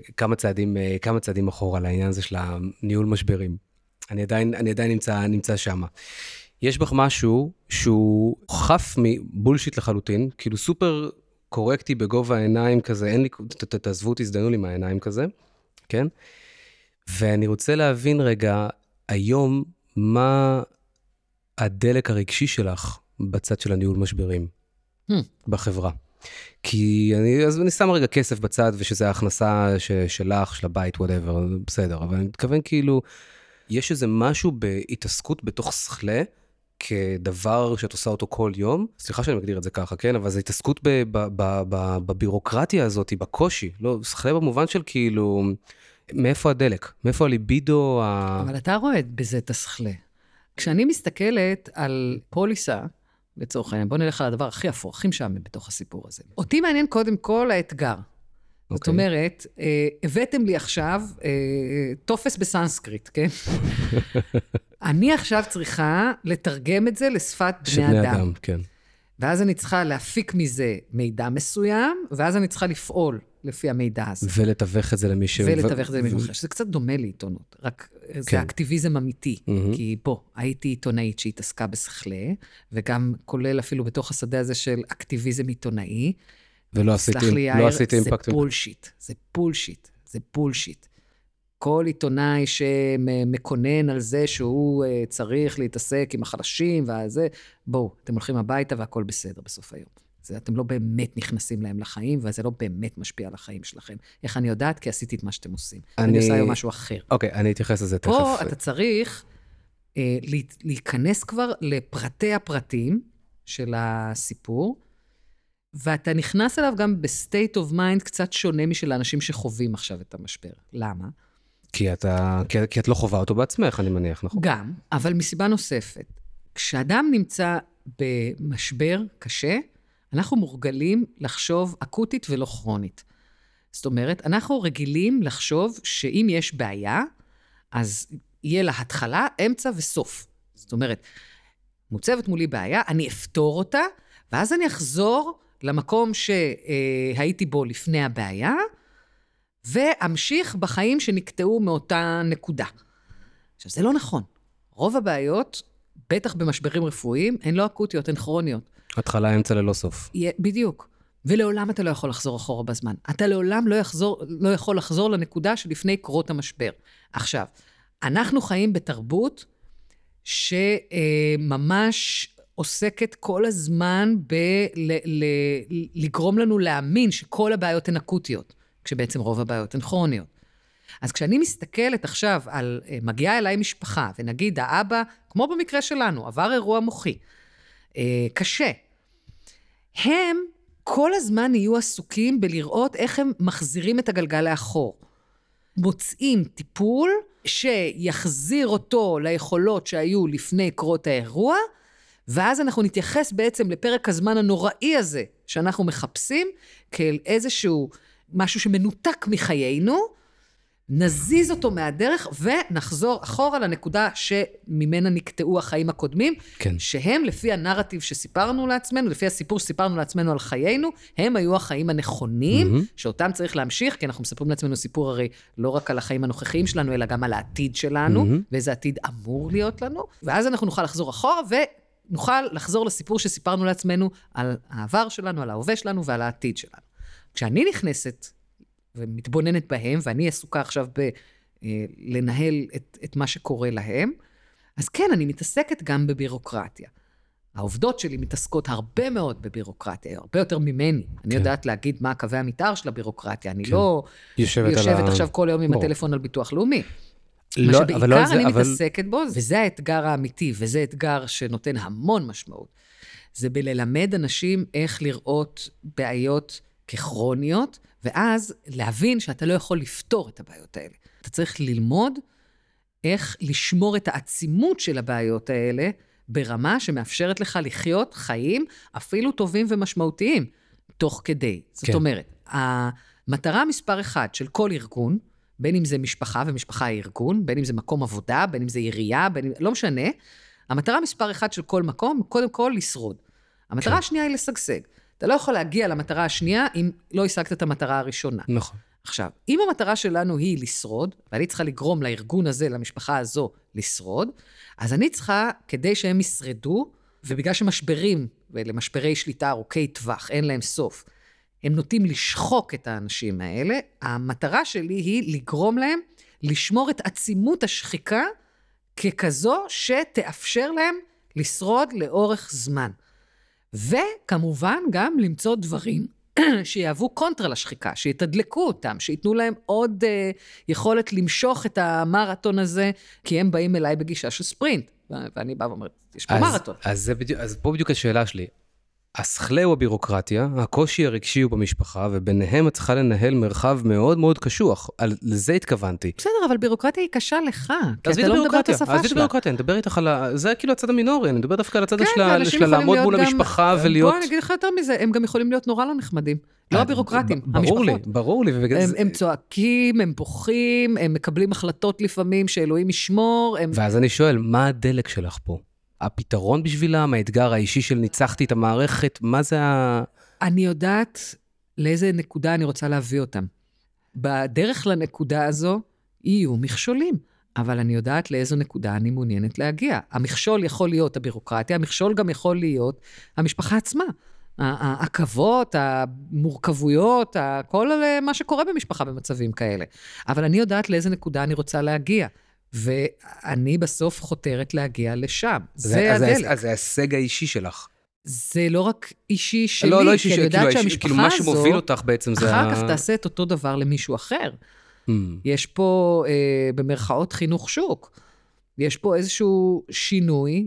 כמה צעדים אחורה לעניין הזה של הניהול משברים. אני עדיין נמצא שם. יש בך משהו שהוא חף מבולשיט לחלוטין, כאילו סופר קורקטי בגובה העיניים כזה, אין לי, תעזבו, תזדיינו לי מהעיניים כזה, כן? ואני רוצה להבין רגע, היום, מה הדלק הרגשי שלך בצד של הניהול משברים בחברה? כי אני שם רגע כסף בצד, ושזה ההכנסה שלך, של הבית, whatever, בסדר, אבל אני מתכוון כאילו, יש איזה משהו בהתעסקות בתוך שכלה, כדבר שאת עושה אותו כל יום, סליחה שאני מגדיר את זה ככה, כן? אבל זה התעסקות בבירוקרטיה הזאת, בקושי, לא, שכלה במובן של כאילו, מאיפה הדלק? מאיפה הליבידו? אבל אתה רואה בזה את השכלה. כשאני מסתכלת על פוליסה, לצורך העניין, בוא נלך על הדבר הכי אפור, הכי משעמם בתוך הסיפור הזה. אותי מעניין קודם כל האתגר. זאת אומרת, הבאתם לי עכשיו טופס בסנסקריט, כן? אני עכשיו צריכה לתרגם את זה לשפת בני אדם. כן. ואז אני צריכה להפיק מזה מידע מסוים, ואז אני צריכה לפעול לפי המידע הזה. ולתווך את זה למישהו. ולתווך את זה למישהו אחר, שזה קצת דומה לעיתונות. רק זה אקטיביזם אמיתי. כי פה, הייתי עיתונאית שהתעסקה בשכלה, וגם כולל אפילו בתוך השדה הזה של אקטיביזם עיתונאי, ולא עשיתי אימפקט. זה בולשיט, זה בולשיט, זה בולשיט. כל עיתונאי שמקונן על זה שהוא צריך להתעסק עם החלשים והזה, בואו, אתם הולכים הביתה והכל בסדר בסוף היום. אתם לא באמת נכנסים להם לחיים, וזה לא באמת משפיע על החיים שלכם. איך אני יודעת? כי עשיתי את מה שאתם עושים. אני עושה היום משהו אחר. אוקיי, אני אתייחס לזה תכף. פה אתה צריך להיכנס כבר לפרטי הפרטים של הסיפור, ואתה נכנס אליו גם בסטייט אוף מיינד קצת שונה משל האנשים שחווים עכשיו את המשבר. למה? כי את לא חווה אותו בעצמך, אני מניח, נכון? גם, אבל מסיבה נוספת. כשאדם נמצא במשבר קשה, אנחנו מורגלים לחשוב אקוטית ולא כרונית. זאת אומרת, אנחנו רגילים לחשוב שאם יש בעיה, אז יהיה לה התחלה, אמצע וסוף. זאת אומרת, מוצבת מולי בעיה, אני אפתור אותה, ואז אני אחזור למקום שהייתי בו לפני הבעיה, ואמשיך בחיים שנקטעו מאותה נקודה. עכשיו, זה לא נכון. רוב הבעיות, בטח במשברים רפואיים, הן לא אקוטיות, הן כרוניות. התחלה, אמצע ללא סוף. בדיוק. ולעולם אתה לא יכול לחזור אחורה בזמן. אתה לעולם לא יכול לחזור לנקודה שלפני קרות המשבר. עכשיו, אנחנו חיים בתרבות שממש עוסקת כל הזמן לגרום לנו להאמין שכל הבעיות הן אקוטיות, כשבעצם רוב הבעיות הן כרוניות. אז כשאני מסתכלת עכשיו על, מגיעה אליי משפחה, ונגיד האבא, כמו במקרה שלנו, עבר אירוע מוחי, קשה, הם כל הזמן יהיו עסוקים בלראות איך הם מחזירים את הגלגל לאחור. מוצאים טיפול שיחזיר אותו ליכולות שהיו לפני קרות האירוע, ואז אנחנו נתייחס בעצם לפרק הזמן הנוראי הזה שאנחנו מחפשים, כאל איזשהו משהו שמנותק מחיינו, נזיז אותו מהדרך ונחזור אחורה לנקודה שממנה נקטעו החיים הקודמים, כן. שהם לפי הנרטיב שסיפרנו לעצמנו, לפי הסיפור שסיפרנו לעצמנו על חיינו, הם היו החיים הנכונים, שאותם צריך להמשיך, כי אנחנו מספרים לעצמנו סיפור הרי לא רק על החיים הנוכחיים שלנו, אלא גם על העתיד שלנו, ואיזה עתיד אמור להיות לנו, ואז אנחנו נוכל לחזור אחורה ונוכל לחזור לסיפור שסיפרנו לעצמנו על העבר שלנו, על ההווה שלנו ועל העתיד שלנו. כשאני נכנסת ומתבוננת בהם, ואני עסוקה עכשיו לנהל את מה שקורה להם, אז כן, אני מתעסקת גם בבירוקרטיה. העובדות שלי מתעסקות הרבה מאוד בבירוקרטיה, הרבה יותר ממני. אני יודעת להגיד מה קווי המתאר של הבירוקרטיה, אני לא יושבת עכשיו כל היום עם הטלפון על ביטוח לאומי. מה שבעיקר אני מתעסקת בו, וזה האתגר האמיתי, וזה אתגר שנותן המון משמעות, זה בללמד אנשים איך לראות בעיות ככרוניות, ואז להבין שאתה לא יכול לפתור את הבעיות האלה. אתה צריך ללמוד איך לשמור את העצימות של הבעיות האלה, ברמה שמאפשרת לך לחיות חיים אפילו טובים ומשמעותיים, תוך כדי. זאת אומרת, המטרה מספר אחד של כל ארגון, בין אם זה משפחה, ומשפחה היא ארגון, בין אם זה מקום עבודה, בין אם זה עירייה, לא משנה, המטרה מספר אחד של כל מקום, קודם כל לשרוד. המטרה השנייה היא לשגשג. אתה לא יכול להגיע למטרה השנייה אם לא השגת את המטרה הראשונה. נכון. עכשיו, אם המטרה שלנו היא לשרוד, ואני צריכה לגרום לארגון הזה, למשפחה הזו, לשרוד, אז אני צריכה, כדי שהם ישרדו, ובגלל שמשברים, ולמשברי שליטה ארוכי טווח, אין להם סוף, הם נוטים לשחוק את האנשים האלה, המטרה שלי היא לגרום להם לשמור את עצימות השחיקה, ככזו שתאפשר להם לשרוד לאורך זמן. וכמובן גם למצוא דברים שיהוו קונטרה לשחיקה, שיתדלקו אותם, שיתנו להם עוד יכולת למשוך את המרתון הזה, כי הם באים אליי בגישה של ספרינט. ואני בא ואומרת, יש פה מרתון. אז פה בדיוק השאלה שלי. השכלה הוא הבירוקרטיה, הקושי הרגשי הוא במשפחה, וביניהם את צריכה לנהל מרחב מאוד מאוד קשוח. לזה התכוונתי. בסדר, אבל בירוקרטיה היא קשה לך, כי אתה לא מדבר את השפה שלה. אז זה בירוקרטיה, אני מדבר איתך על... זה כאילו הצד המינורי, אני מדבר דווקא על הצד של לעמוד מול המשפחה ולהיות... בוא, אני אגיד לך יותר מזה, הם גם יכולים להיות נורא לא נחמדים. לא הבירוקרטים, המשפחות. ברור לי. הם צועקים, הם בוכים, הם מקבלים החלטות לפעמים שאלוהים ישמור. ואז אני שואל, מה הדלק שלך פה? הפתרון בשבילם, האתגר האישי של ניצחתי את המערכת, מה זה אני יודעת לאיזה נקודה אני רוצה להביא אותם. בדרך לנקודה הזו יהיו מכשולים, אבל אני יודעת לאיזו נקודה אני מעוניינת להגיע. המכשול יכול להיות הבירוקרטיה, המכשול גם יכול להיות המשפחה עצמה. העכבות, המורכבויות, כל מה שקורה במשפחה במצבים כאלה. אבל אני יודעת לאיזה נקודה אני רוצה להגיע. ואני בסוף חותרת להגיע לשם. זה הדלק. אז זה ההישג האישי שלך. זה לא רק אישי שלי, לא אישי, כי אני יודעת שהמשפחה הזו, מה שמוביל אותך בעצם זה... אחר כך תעשה את אותו דבר למישהו אחר. יש פה במרכאות חינוך שוק. יש פה איזשהו שינוי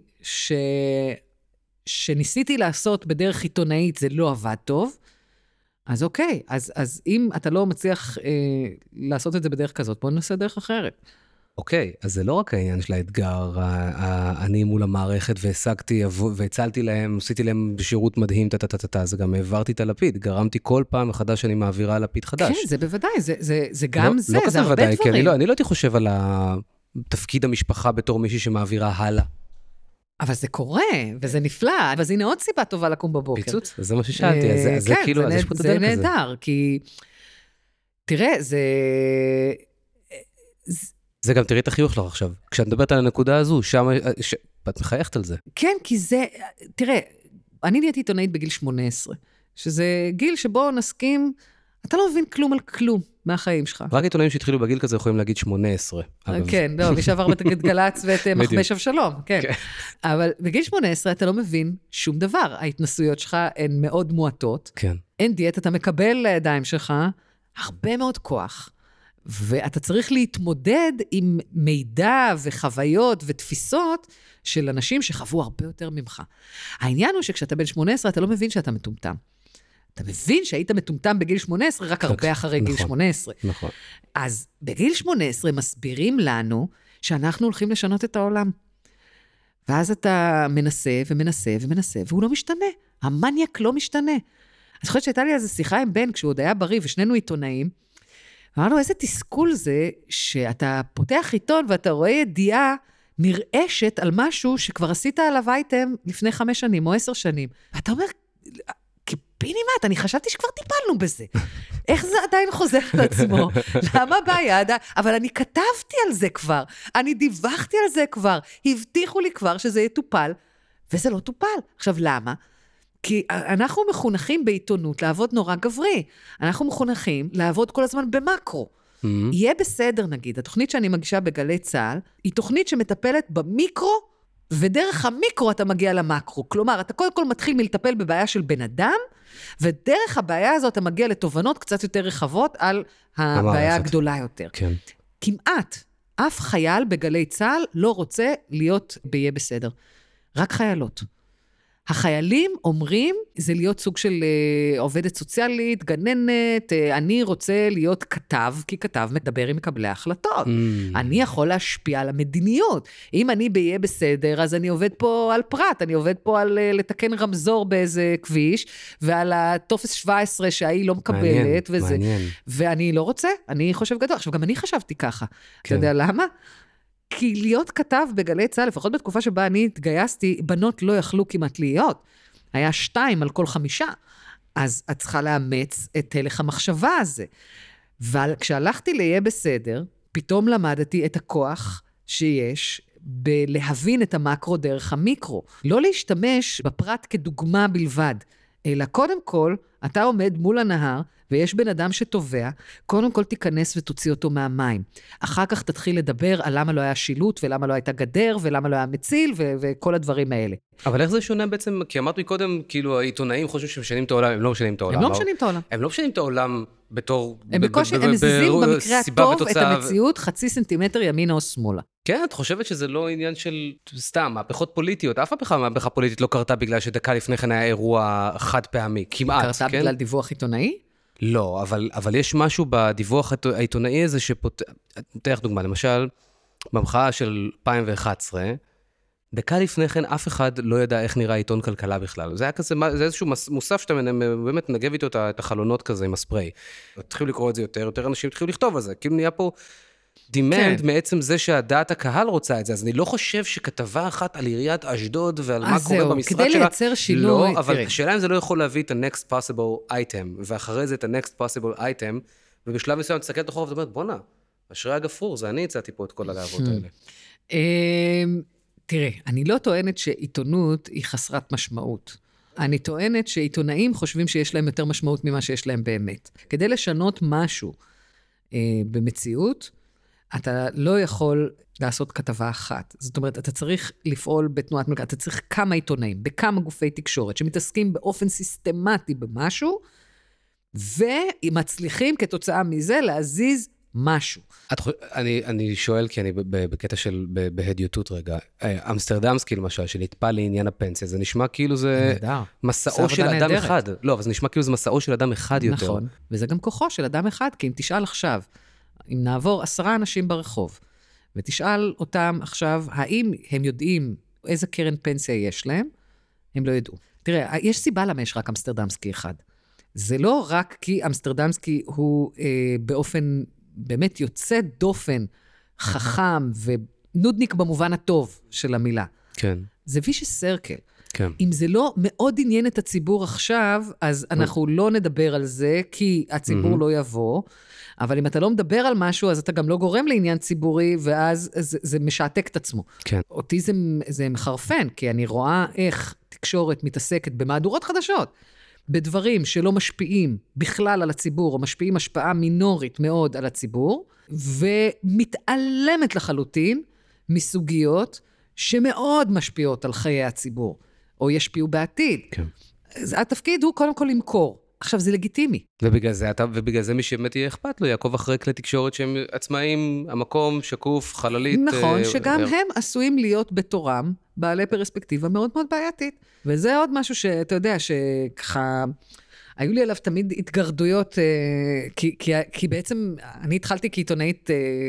שניסיתי לעשות בדרך עיתונאית, זה לא עבד טוב. אז אוקיי, אז אם אתה לא מצליח לעשות את זה בדרך כזאת, בוא ננסה דרך אחרת. אוקיי, אז זה לא רק העניין של האתגר, אני מול המערכת והשגתי, והצלתי להם, עשיתי להם שירות מדהים, זה גם העברתי את הלפיד, גרמתי כל פעם מחדש שאני מעבירה לפיד חדש. כן, זה בוודאי, זה גם זה, לא זה הרבה ודאי, דברים. כי אני לא הייתי חושב על תפקיד המשפחה בתור מישהי שמעבירה הלאה. אבל זה קורה, וזה נפלא, אז הנה עוד סיבה טובה לקום בבוקר. פיצוץ, זה מה ששאלתי, אז זה כאילו, אז יש פה את הדרך כזה. זה נהדר, כי תראה, זה גם תראי את החיוך לך עכשיו. כשאת מדברת על הנקודה הזו, שם, את מחייכת על זה. כן, כי זה, תראה, אני נהייתי עיתונאית בגיל 18, שזה גיל שבו נסכים, אתה לא מבין כלום על כלום מהחיים שלך. רק עיתונאים שהתחילו בגיל כזה יכולים להגיד 18. כן, לא, מי שעבר את גל"צ ואת מכבש אבשלום, כן. אבל בגיל 18 אתה לא מבין שום דבר. ההתנסויות שלך הן מאוד מועטות. כן. אין דיאט, אתה מקבל לידיים שלך הרבה מאוד כוח. ואתה צריך להתמודד עם מידע וחוויות ותפיסות של אנשים שחוו הרבה יותר ממך. העניין הוא שכשאתה בן 18, אתה לא מבין שאתה מטומטם. אתה מבין שהיית מטומטם בגיל 18, רק הרבה אחרי גיל 18. נכון. אז בגיל 18 מסבירים לנו שאנחנו הולכים לשנות את העולם. ואז אתה מנסה ומנסה ומנסה, והוא לא משתנה. המניאק לא משתנה. אני חושבת שהייתה לי איזו שיחה עם בן, כשהוא עוד היה בריא, ושנינו עיתונאים, אמרנו, איזה תסכול זה, שאתה פותח עיתון, ואתה רואה ידיעה נרעשת על משהו, שכבר עשית עליו אייטם לפני 5 שנים, או 10 שנים. ואתה אומר, קיפינימט, אני חשבתי שכבר טיפלנו בזה. איך זה עדיין חוזר על עצמו? למה בעיה? אבל אני כתבתי על זה כבר, אני דיווחתי על זה כבר, הבטיחו לי כבר שזה יטופל, וזה לא טופל. עכשיו, למה? כי אנחנו מחונכים בעיתונות לעבוד נורא גברי. אנחנו מחונכים לעבוד כל הזמן במקרו. יהיה בסדר, נגיד, התוכנית שאני מגישה בגלי צהל, היא תוכנית שמטפלת במיקרו, ודרך המיקרו אתה מגיע למקרו. כלומר, אתה קודם כל מתחיל מלטפל בבעיה של בן אדם, ודרך הבעיה הזאת אתה מגיע לתובנות קצת יותר רחבות על הבעיה הגדולה יותר. כן. כמעט אף חייל בגלי צהל לא רוצה להיות ביה בסדר. רק חיילות. החיילים אומרים, זה להיות סוג של עובדת סוציאלית, גננת, אני רוצה להיות כתב, כי כתב מדבר עם מקבלי ההחלטות. אני יכול להשפיע על המדיניות. אם אני ביה בסדר, אז אני עובד פה על פרט, אני עובד פה על לתקן רמזור באיזה כביש, ועל הטופס 17 שהיא לא מקבלת, מעניין. ואני לא רוצה, אני חושב גדול. עכשיו, גם אני חשבתי ככה. אתה יודע למה? כי להיות כתב בגלי צהל, לפחות בתקופה שבה אני התגייסתי, בנות לא יכלו כמעט להיות. היה 2 על כל 5. אז את צריכה לאמץ את הלך המחשבה הזה. וכשהלכתי ליה בסדר, פתאום למדתי את הכוח שיש בלהבין את המקרו דרך המיקרו. לא להשתמש בפרט כדוגמה בלבד, אלא קודם כל, אתה עומד מול הנהר, ויש בן אדם שטובע, קודם כל תיכנס ותוציא אותו מהמים. אחר כך תתחיל לדבר על למה לא היה שילוט, ולמה לא הייתה גדר, ולמה לא היה מציל, וכל הדברים האלה. אבל איך זה שונה בעצם? כי אמרת מקודם, כאילו העיתונאים חושבים שהם משנים את העולם, הם לא משנים את העולם. הם לא משנים את העולם. הם לא משנים את העולם בתור... הם בקושי, הם מזיזים במקרה הטוב את המציאות, 0.5 סנטימטר ימינה או שמאלה. כן, את חושבת שזה לא עניין של סתם, מהפכות פוליטיות. אף מהפכה פוליטית לא קרתה בגלל שדקה לפני כן היה אירוע חד פעמי, כמעט, כן? קרתה בגלל דיווח עיתונאי? לא, אבל יש משהו בדיווח העיתונאי הזה נתן דוגמה, למשל, במחאה של 2011, דקה לפני כן אף אחד לא ידע איך נראה עיתון כלכלה בכלל. זה היה כזה, זה איזשהו מוסף שאתה באמת נגב איתו את החלונות כזה עם הספרי. התחילו לקרוא את זה יותר אנשים התחילו לכתוב על זה. כאילו נהיה פה דימנד מעצם זה שהדעת הקהל רוצה את זה. אז אני לא חושב שכתבה אחת על עיריית אשדוד ועל מה קורה במשרד שלה. כדי לייצר שינוי. לא, אבל השאלה אם זה לא יכול להביא את ה-next possible item, ואחרי זה את ה-next possible item, ובשלב מסוים תסתכל את החור ואומרת, בונה, אשרי הגפרור, זה אני הצעתי פה את כל הלהבות האלה. תראה, אני לא טוענת שעיתונות היא חסרת משמעות. אני טוענת שעיתונאים חושבים שיש להם יותר משמעות ממה שיש להם באמת. כדי לשנות משהו במציאות, אתה לא יכול לעשות כתבה אחת. זאת אומרת, אתה צריך לפעול בתנועת מלכה, אתה צריך כמה עיתונאים, בכמה גופי תקשורת, שמתעסקים באופן סיסטמטי במשהו, ומצליחים כתוצאה מזה להזיז משהו. אני שואל, כי אני בקטע של בהדיוטות רגע, אמסטרדמסקי למשל, שנטפל לעניין הפנסיה, זה נשמע כאילו זה מסעו של אדם אחד. לא, אבל זה נשמע כאילו זה מסעו של אדם אחד יותר. נכון, וזה גם כוחו של אדם אחד, כי אם תשאל עכשיו, אם נעבור 10 אנשים ברחוב, ותשאל אותם עכשיו, האם הם יודעים איזה קרן פנסיה יש להם, הם לא ידעו. תראה, יש סיבה למה יש רק אמסטרדמסקי אחד. זה לא רק כי אמסטרדמסקי הוא באופן באמת יוצא דופן, חכם ונודניק במובן הטוב של המילה. כן. זה וישס סרקל. כן. אם זה לא מאוד עניין את הציבור עכשיו, אז אנחנו לא נדבר על זה, כי הציבור לא יבוא, אבל אם אתה לא מדבר על משהו, אז אתה גם לא גורם לעניין ציבורי, ואז זה משעתק את עצמו. כן. אותי זה מחרפן, כי אני רואה איך תקשורת מתעסקת במהדורות חדשות, בדברים שלא משפיעים בכלל על הציבור, או משפיעים השפעה מינורית מאוד על הציבור, ומתעלמת לחלוטין מסוגיות שמאוד משפיעות על חיי הציבור, או ישפיעו בעתיד. כן. התפקיד הוא קודם כל למכור. עכשיו, זה לגיטימי. ובגלל זה מי שבאמת יהיה אכפת לו, יעקוב אחרי כלי תקשורת שהם עצמאים, המקום, שקוף, חללית. נכון, שגם הם עשויים להיות בתורם, בעלי פרספקטיבה מאוד מאוד בעייתית. וזה עוד משהו שאתה יודע, שככה, היו לי עליו תמיד התגרדויות, כי בעצם אני התחלתי כעיתונאית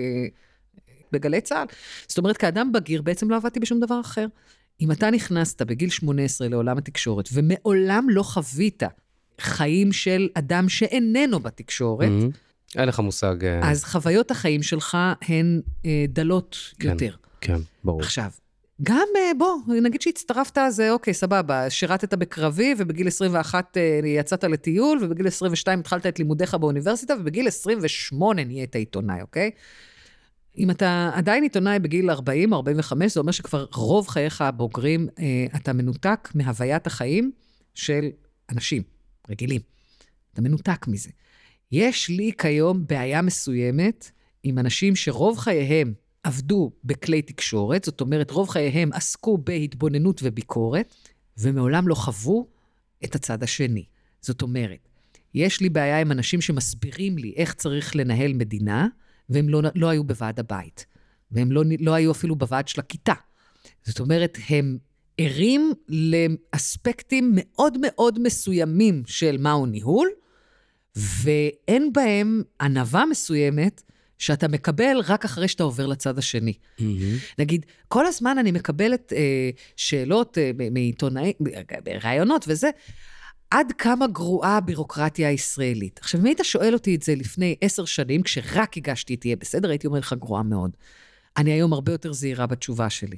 בגלי צה"ל. זאת אומרת, כאדם בגיר בעצם לא עבדתי בשום דבר אחר. אם אתה נכנסת בגיל 18 לעולם התקשורת, ומעולם לא חווית חיים של אדם שאיננו בתקשורת, אין לך מושג. אז חוויות החיים שלך הן דלות יותר. כן, ברור. עכשיו, גם בוא, נגיד שהצטרפת, אז אוקיי, סבבה, שירתת בקרבי, ובגיל 21 יצאת לטיול, ובגיל 22 התחלת את לימודיך באוניברסיטה, ובגיל 28 נהיית עיתונאי, אוקיי? אם אתה עדיין עיתונאי בגיל 40, 45, זה אומר שכבר רוב חייך הבוגרים, אתה מנותק מהוויית החיים של אנשים רגילים. אתה מנותק מזה. יש לי כיום בעיה מסוימת עם אנשים שרוב חייהם עבדו בכלי תקשורת, זאת אומרת, רוב חייהם עסקו בהתבוננות וביקורת, ומעולם לא חוו את הצד השני. זאת אומרת, יש לי בעיה עם אנשים שמסבירים לי איך צריך לנהל מדינה, והם לא היו בוועד הבית, והם לא היו אפילו בוועד של הכיתה. זאת אומרת, הם ערים לאספקטים מאוד מאוד מסוימים של מהו ניהול, ואין בהם ענווה מסוימת שאתה מקבל רק אחרי שאתה עובר לצד השני. נגיד, כל הזמן אני מקבלת שאלות מעיתונאים, רעיונות וזה, עד כמה גרועה הבירוקרטיה הישראלית. עכשיו, אם היית שואל אותי את זה לפני 10 שנים, כשרק הגשתי תהיה בסדר, הייתי אומר לך גרועה מאוד. אני היום הרבה יותר זהירה בתשובה שלי.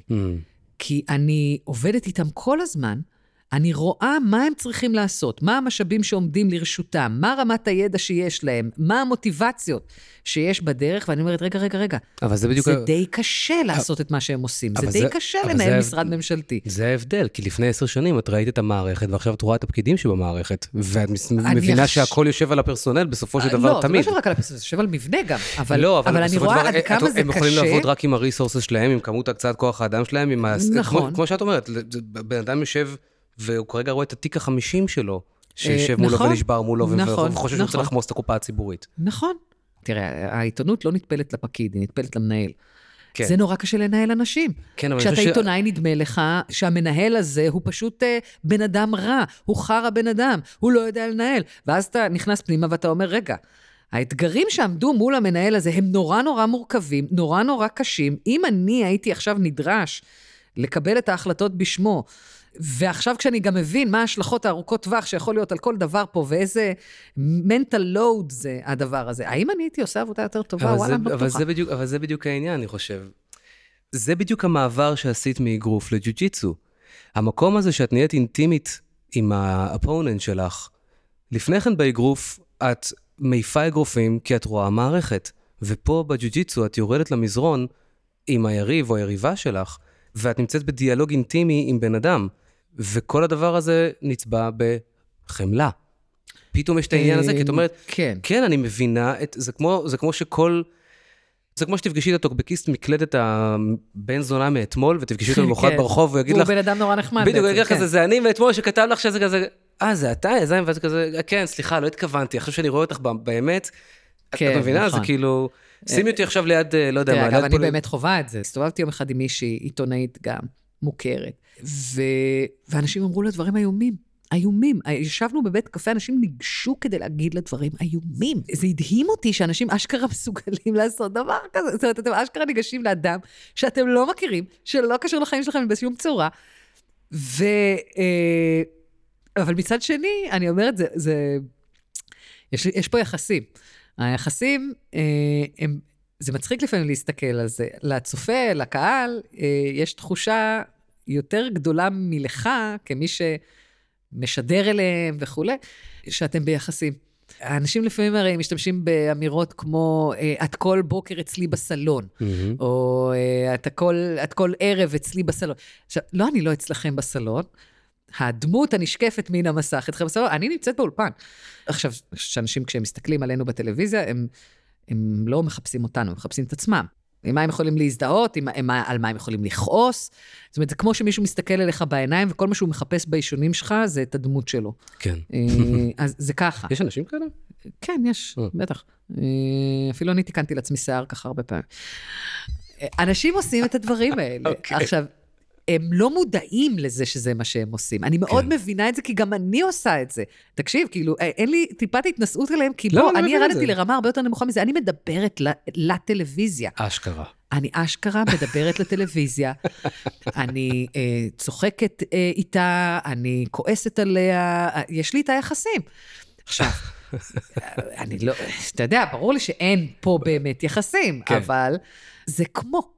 כי אני עובדת איתם כל הזמן, אני רואה מה הם צריכים לעשות, מה המשאבים שעומדים לרשותם, מה רמת הידע שיש להם, מה המוטיבציות שיש בדרך, ואני אומרת, רגע. אבל זה בדיוק... זה די קשה לעשות את מה שהם עושים, זה די קשה לנהל משרד ממשלתי. זה ההבדל, כי לפני 10 שנים את ראית את המערכת, ועכשיו את רואה את הפקידים שבמערכת, ואת מבינה שהכל יושב על הפרסונל בסופו של דבר תמיד. לא, זה לא יושב רק על הפרסונל, זה יושב על מבנה גם, אבל אני רואה עד כמה זה קשה. הם יכולים לעבוד רק עם הריסורסס שלהם, עם כמות הקצת כוח האדם שלהם, כמו שאת אומרת, בן אדם יושב והוא כרגע רואה את התיק ה-50 שלו, שישב מולו ונשבר מולו, וחושב שהוא צריך לחמוס את הקופה הציבורית. נכון. תראה, העיתונות לא נטפלת לפקיד, היא נטפלת למנהל. זה נורא קשה לנהל אנשים. כשאתה עיתונאי נדמה לך שהמנהל הזה הוא פשוט בן אדם רע, הוא חרא בן אדם, הוא לא יודע לנהל. ואז אתה נכנס פנימה ואתה אומר, רגע, האתגרים שעמדו מול המנהל הזה הם נורא נורא מורכבים, נורא נורא קשים. אם אני הייתי עכשיו נדרש לקבל את ההחלטות בשמו, ועכשיו כשאני גם מבין מה ההשלכות הארוכות טווח שיכול להיות על כל דבר פה, ואיזה mental load זה הדבר הזה, האם אני הייתי עושה עבודה יותר טובה? וואלה, בטוחה. אבל זה בדיוק העניין, אני חושב. זה בדיוק המעבר שעשית מאגרוף לג'ו-ג'יצו. המקום הזה שאת נהיית אינטימית עם האפוננט שלך, לפני כן באגרוף את מעיפה אגרופים כי את רואה מערכת, ופה בג'ו-ג'יצו את יורדת למזרון עם היריב או היריבה שלך, ואת נמצאת בדיאלוג אינטימי עם בן אדם, וכל הדבר הזה נצבע בחמלה. פתאום יש את העניין הזה, כי את אומרת, כן, אני מבינה, זה כמו שתפגשי את הטוקבקיסט מקלדת הבן זונה מאתמול, ותפגשי אותו למחרת ברחוב, ויגיד לך... הוא בן אדם נורא נחמד. בדיוק, הוא יגיד לך, זה אני מאתמול שכתב לך שזה כזה, זה אתה, וזה כזה, כן, סליחה, לא התכוונתי, עכשיו שאני רואה אותך באמת, את מבינה? זה כאילו... שימי אותי עכשיו ליד, לא יודע מה. אגב, אני באמת חובה את זה. הסתובבתי יום אחד עם מישהי, עיתונאית גם, מוכרת, ואנשים אמרו לה דברים איומים. איומים. ישבנו בבית קפה, אנשים ניגשו כדי להגיד לדברים איומים. זה הדהים אותי שאנשים אשכרה מסוגלים לעשות דבר כזה. זאת אומרת, אתם אשכרה ניגשים לאדם שאתם לא מכירים, שלא קשור לחיים שלכם בשום צורה. אבל מצד שני, אני אומרת, יש פה יחסים. היחסים, זה מצחיק לפעמים להסתכל על זה. לצופה, לקהל, יש תחושה יותר גדולה מלך, כמי שמשדר אליהם וכו', שאתם ביחסים. האנשים לפעמים הרי משתמשים באמירות כמו, את כל בוקר אצלי בסלון, או את כל ערב אצלי בסלון. עכשיו, לא, אני לא אצלכם בסלון, הדמות הנשקפת מן המסך אתכם בסלון, אני נמצאת באולפן. עכשיו, שאנשים כשהם מסתכלים עלינו בטלוויזיה, הם לא מחפשים אותנו, הם מחפשים את עצמם. עם מה הם יכולים להזדהות, על מה הם יכולים לכעוס. זאת אומרת, זה כמו שמישהו מסתכל אליך בעיניים, וכל מה שהוא מחפש באישונים שלך, זה את הדמות שלו. כן. אז זה ככה. יש אנשים כאלה? כן, יש, בטח. אפילו אני תיקנתי לעצמי שיער ככה הרבה פעמים. אנשים עושים את הדברים האלה. עכשיו, הם לא מודעים לזה שזה מה שהם עושים. אני מאוד מבינה את זה, כי גם אני עושה את זה. תקשיב, כאילו, אין לי טיפת התנסות עליהם, כי בוא, אני ירדתי לרמה הרבה יותר נמוכה מזה. אני מדברת לטלוויזיה. אשכרה. אני אשכרה מדברת לטלוויזיה. אני צוחקת איתה, אני כועסת עליה, יש לי את היחסים. עכשיו, אני לא, אתה יודע, ברור לי שאין פה באמת יחסים, אבל זה כמו,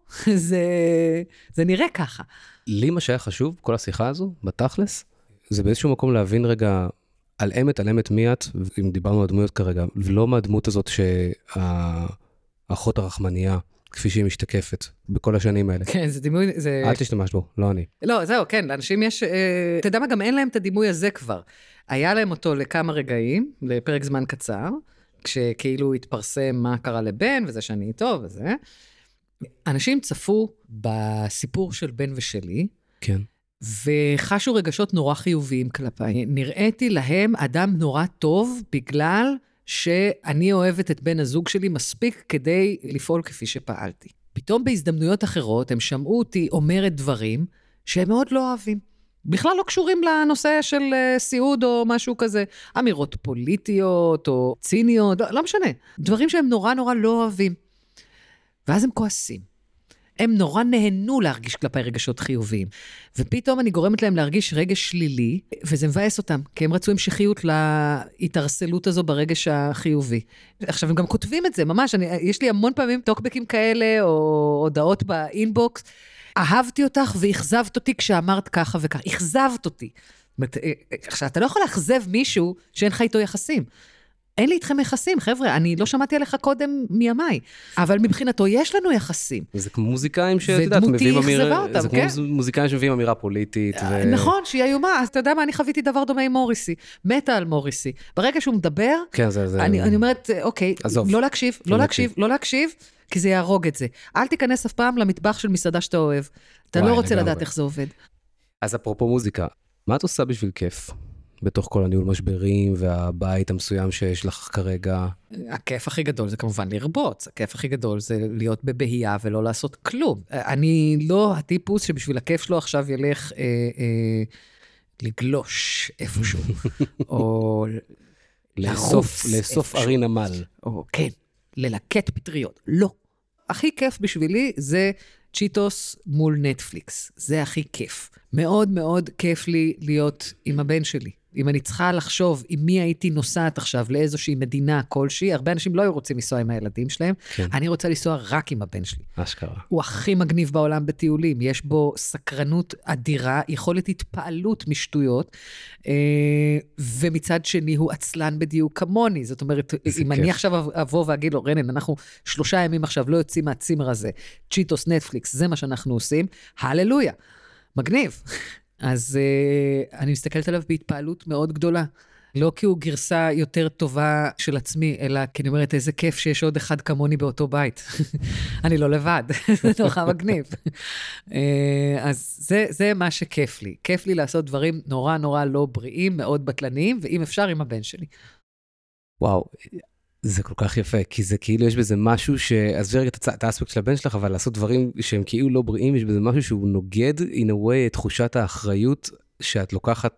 זה נראה ככה. לי מה שהיה חשוב, כל השיחה הזו, בתכלס, זה באיזשהו מקום להבין רגע, על אמת מי את, אם דיברנו על דמויות כרגע, ולא מהדמות הזאת שהאחות הרחמניה, כפי שהיא משתקפת, בכל השנים האלה. כן, זה דימוי, זה... אל תשתמש בו, לא אני. לא, זהו, כן, לאנשים יש, אתה יודע מה, גם אין להם את הדימוי הזה כבר. היה להם אותו לכמה רגעים, לפרק זמן קצר, כשכאילו התפרסם מה קרה לבן, וזה שאני איתו, וזה. אנשים צפו בסיפור של בן ושלי, כן. וחשו רגשות נורא חיוביים כלפיי. נראיתי להם אדם נורא טוב, בגלל שאני אוהבת את בן הזוג שלי מספיק כדי לפעול כפי שפעלתי. פתאום בהזדמנויות אחרות, הם שמעו אותי אומרת דברים שהם מאוד לא אוהבים. בכלל לא קשורים לנושא של סיעוד או משהו כזה. אמירות פוליטיות או ציניות, לא משנה. דברים שהם נורא נורא לא אוהבים. ואז הם כועסים. הם נורא נהנו להרגיש כלפי רגשות חיוביים. ופתאום אני גורמת להם להרגיש רגש שלילי, וזה מבאס אותם, כי הם רצו המשכיות להתערסלות הזו ברגש החיובי. עכשיו, הם גם כותבים את זה, ממש, יש לי המון פעמים טוקבקים כאלה, או הודעות באינבוקס, אהבתי אותך והחזבת אותי כשאמרת ככה וככה. החזבת אותי. עכשיו, אתה לא יכול להחזב מישהו שאין לך איתו יחסים. אין לי איתכם יחסים, חבר'ה, אני לא שמעתי עליך קודם מימיי, אבל מבחינתו יש לנו יחסים. זה כמו מוזיקאים ודמותי יחזבה אותם, כן? זה כמו מוזיקאים שמביאים אמירה פוליטית. נכון, שהיא איומה, אז אתה יודע מה, אני חוויתי דבר דומה עם מוריסי, מתה על מוריסי. ברגע שהוא מדבר, אני אומרת, אוקיי, לא להקשיב, כי זה יהרוג את זה. אל תיכנס אף פעם למטבח של מסעדה שאתה אוהב. אתה לא רוצה לדעת איך זה עובד. אז אפרופו מוזיקה, מה את עושה בשביל כיף? בתוך כל הניהול משברים והבית המסוים שיש לך כרגע? הכיף הכי גדול זה כמובן לרבוץ, הכיף הכי גדול זה להיות בבהייה ולא לעשות כלום. אני לא הטיפוס שבשביל הכיף שלו עכשיו ילך לגלוש איפשהו, או לאסוף ארי נמל. או כן, ללקט פטריות. לא. הכי כיף בשבילי זה צ'יטוס מול נטפליקס. זה הכי כיף. מאוד מאוד כיף לי להיות עם הבן שלי. אם אני צריכה לחשוב עם מי הייתי נוסעת עכשיו לאיזושהי מדינה כלשהי, הרבה אנשים לא היו רוצים לנסוע עם הילדים שלהם, כן. אני רוצה לנסוע רק עם הבן שלי. אשכרה. הוא הכי מגניב בעולם בטיולים, יש בו סקרנות אדירה, יכולת התפעלות משטויות, ומצד שני הוא עצלן בדיוק כמוני, זאת אומרת, אם אני עכשיו אבוא ואגיד לו, רנן, אנחנו 3 ימים עכשיו לא יוצאים מהצימר הזה, צ'יטוס, נטפליקס, זה מה שאנחנו עושים, הללויה, מגניב. אז אני מסתכלת עליו בהתפעלות מאוד גדולה. לא כי הוא גרסה יותר טובה של עצמי, אלא כי אני אומרת, איזה כיף שיש עוד אחד כמוני באותו בית. אני לא לבד, זה נורא מגניב. אז זה מה שכיף לי. כיף לי לעשות דברים נורא נורא לא בריאים, מאוד בטלניים, ואם אפשר עם הבן שלי. וואו, זה כל כך יפה, כי זה כאילו יש בזה משהו עזבי רגע את האספקט של הבן שלך, אבל לעשות דברים שהם כאילו לא בריאים, יש בזה משהו שהוא נוגד, in a way, את תחושת האחריות שאת לוקחת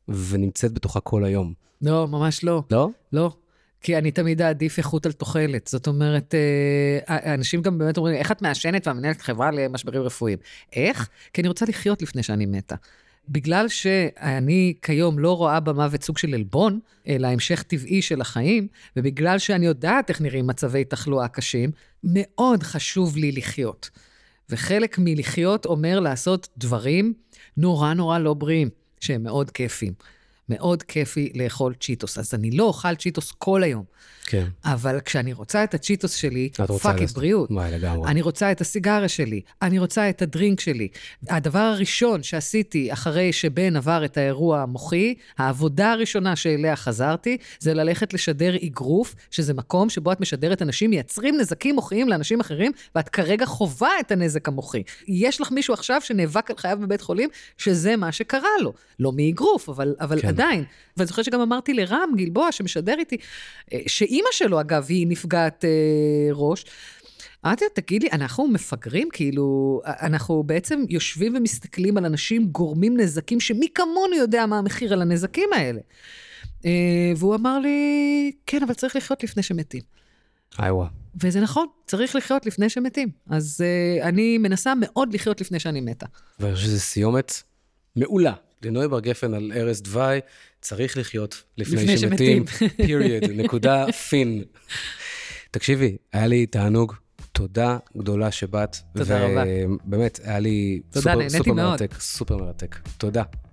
ונמצאת בתוכה כל היום. לא, ממש לא. לא? לא. כי אני תמיד אעדיף איכות על תוחלת. זאת אומרת, אנשים גם באמת אומרים, איך את מעשנת והמנהלת חברה למשברים רפואיים? איך? כי אני רוצה לחיות לפני שאני מתה. בגלל שאני כיום לא רואה במוות סוג של אלבון, אלא המשך טבעי של החיים, ובגלל שאני יודעת איך נראים מצבי תחלואה קשים, מאוד חשוב לי לחיות. וחלק מלחיות אומר לעשות דברים נורא נורא לא בריאים, שהם מאוד כיפים. מאוד כיפי לאכול צ'יטוס. אז אני לא אוכל צ'יטוס כל היום. כן. אבל כשאני רוצה את הצ'יטוס שלי, פאקית בריאות. אני רוצה את הסיגריה שלי, אני רוצה את הדרינק שלי. הדבר הראשון שעשיתי אחרי שבן עבר את האירוע המוחי, העבודה הראשונה שאליה חזרתי, זה ללכת לשדר אגרוף, שזה מקום שבו את משדרת אנשים, מייצרים נזקים מוחיים לאנשים אחרים, ואת כרגע חובה את הנזק המוחי. יש לך מישהו עכשיו שנאבק על חייו בבית חולים, שזה מה שקרה לו. לא מאגרוף, אבל כן. עדיין. ואני זוכרת שגם אמרתי לרם גלבוע, שמשדר איתי, שאימא שלו, אגב, היא נפגעת ראש. תגיד לי, אנחנו מפגרים, כאילו, אנחנו בעצם יושבים ומסתכלים על אנשים, גורמים נזקים, שמי כמונו יודע מה המחיר על הנזקים האלה. והוא אמר לי, כן, אבל צריך לחיות לפני שמתים. איווה. וזה נכון, צריך לחיות לפני שמתים. אז אני מנסה מאוד לחיות לפני שאני מתה. ואני חושב שזה סיומת מעולה. לינוי בר גפן על ערש דווי, צריך לחיות לפני שמתים. period, נקודה, פין. תקשיבי, היה לי תענוג, תודה גדולה שבאת. תודה רבה. ובאמת, היה לי סופר מרתק. תודה.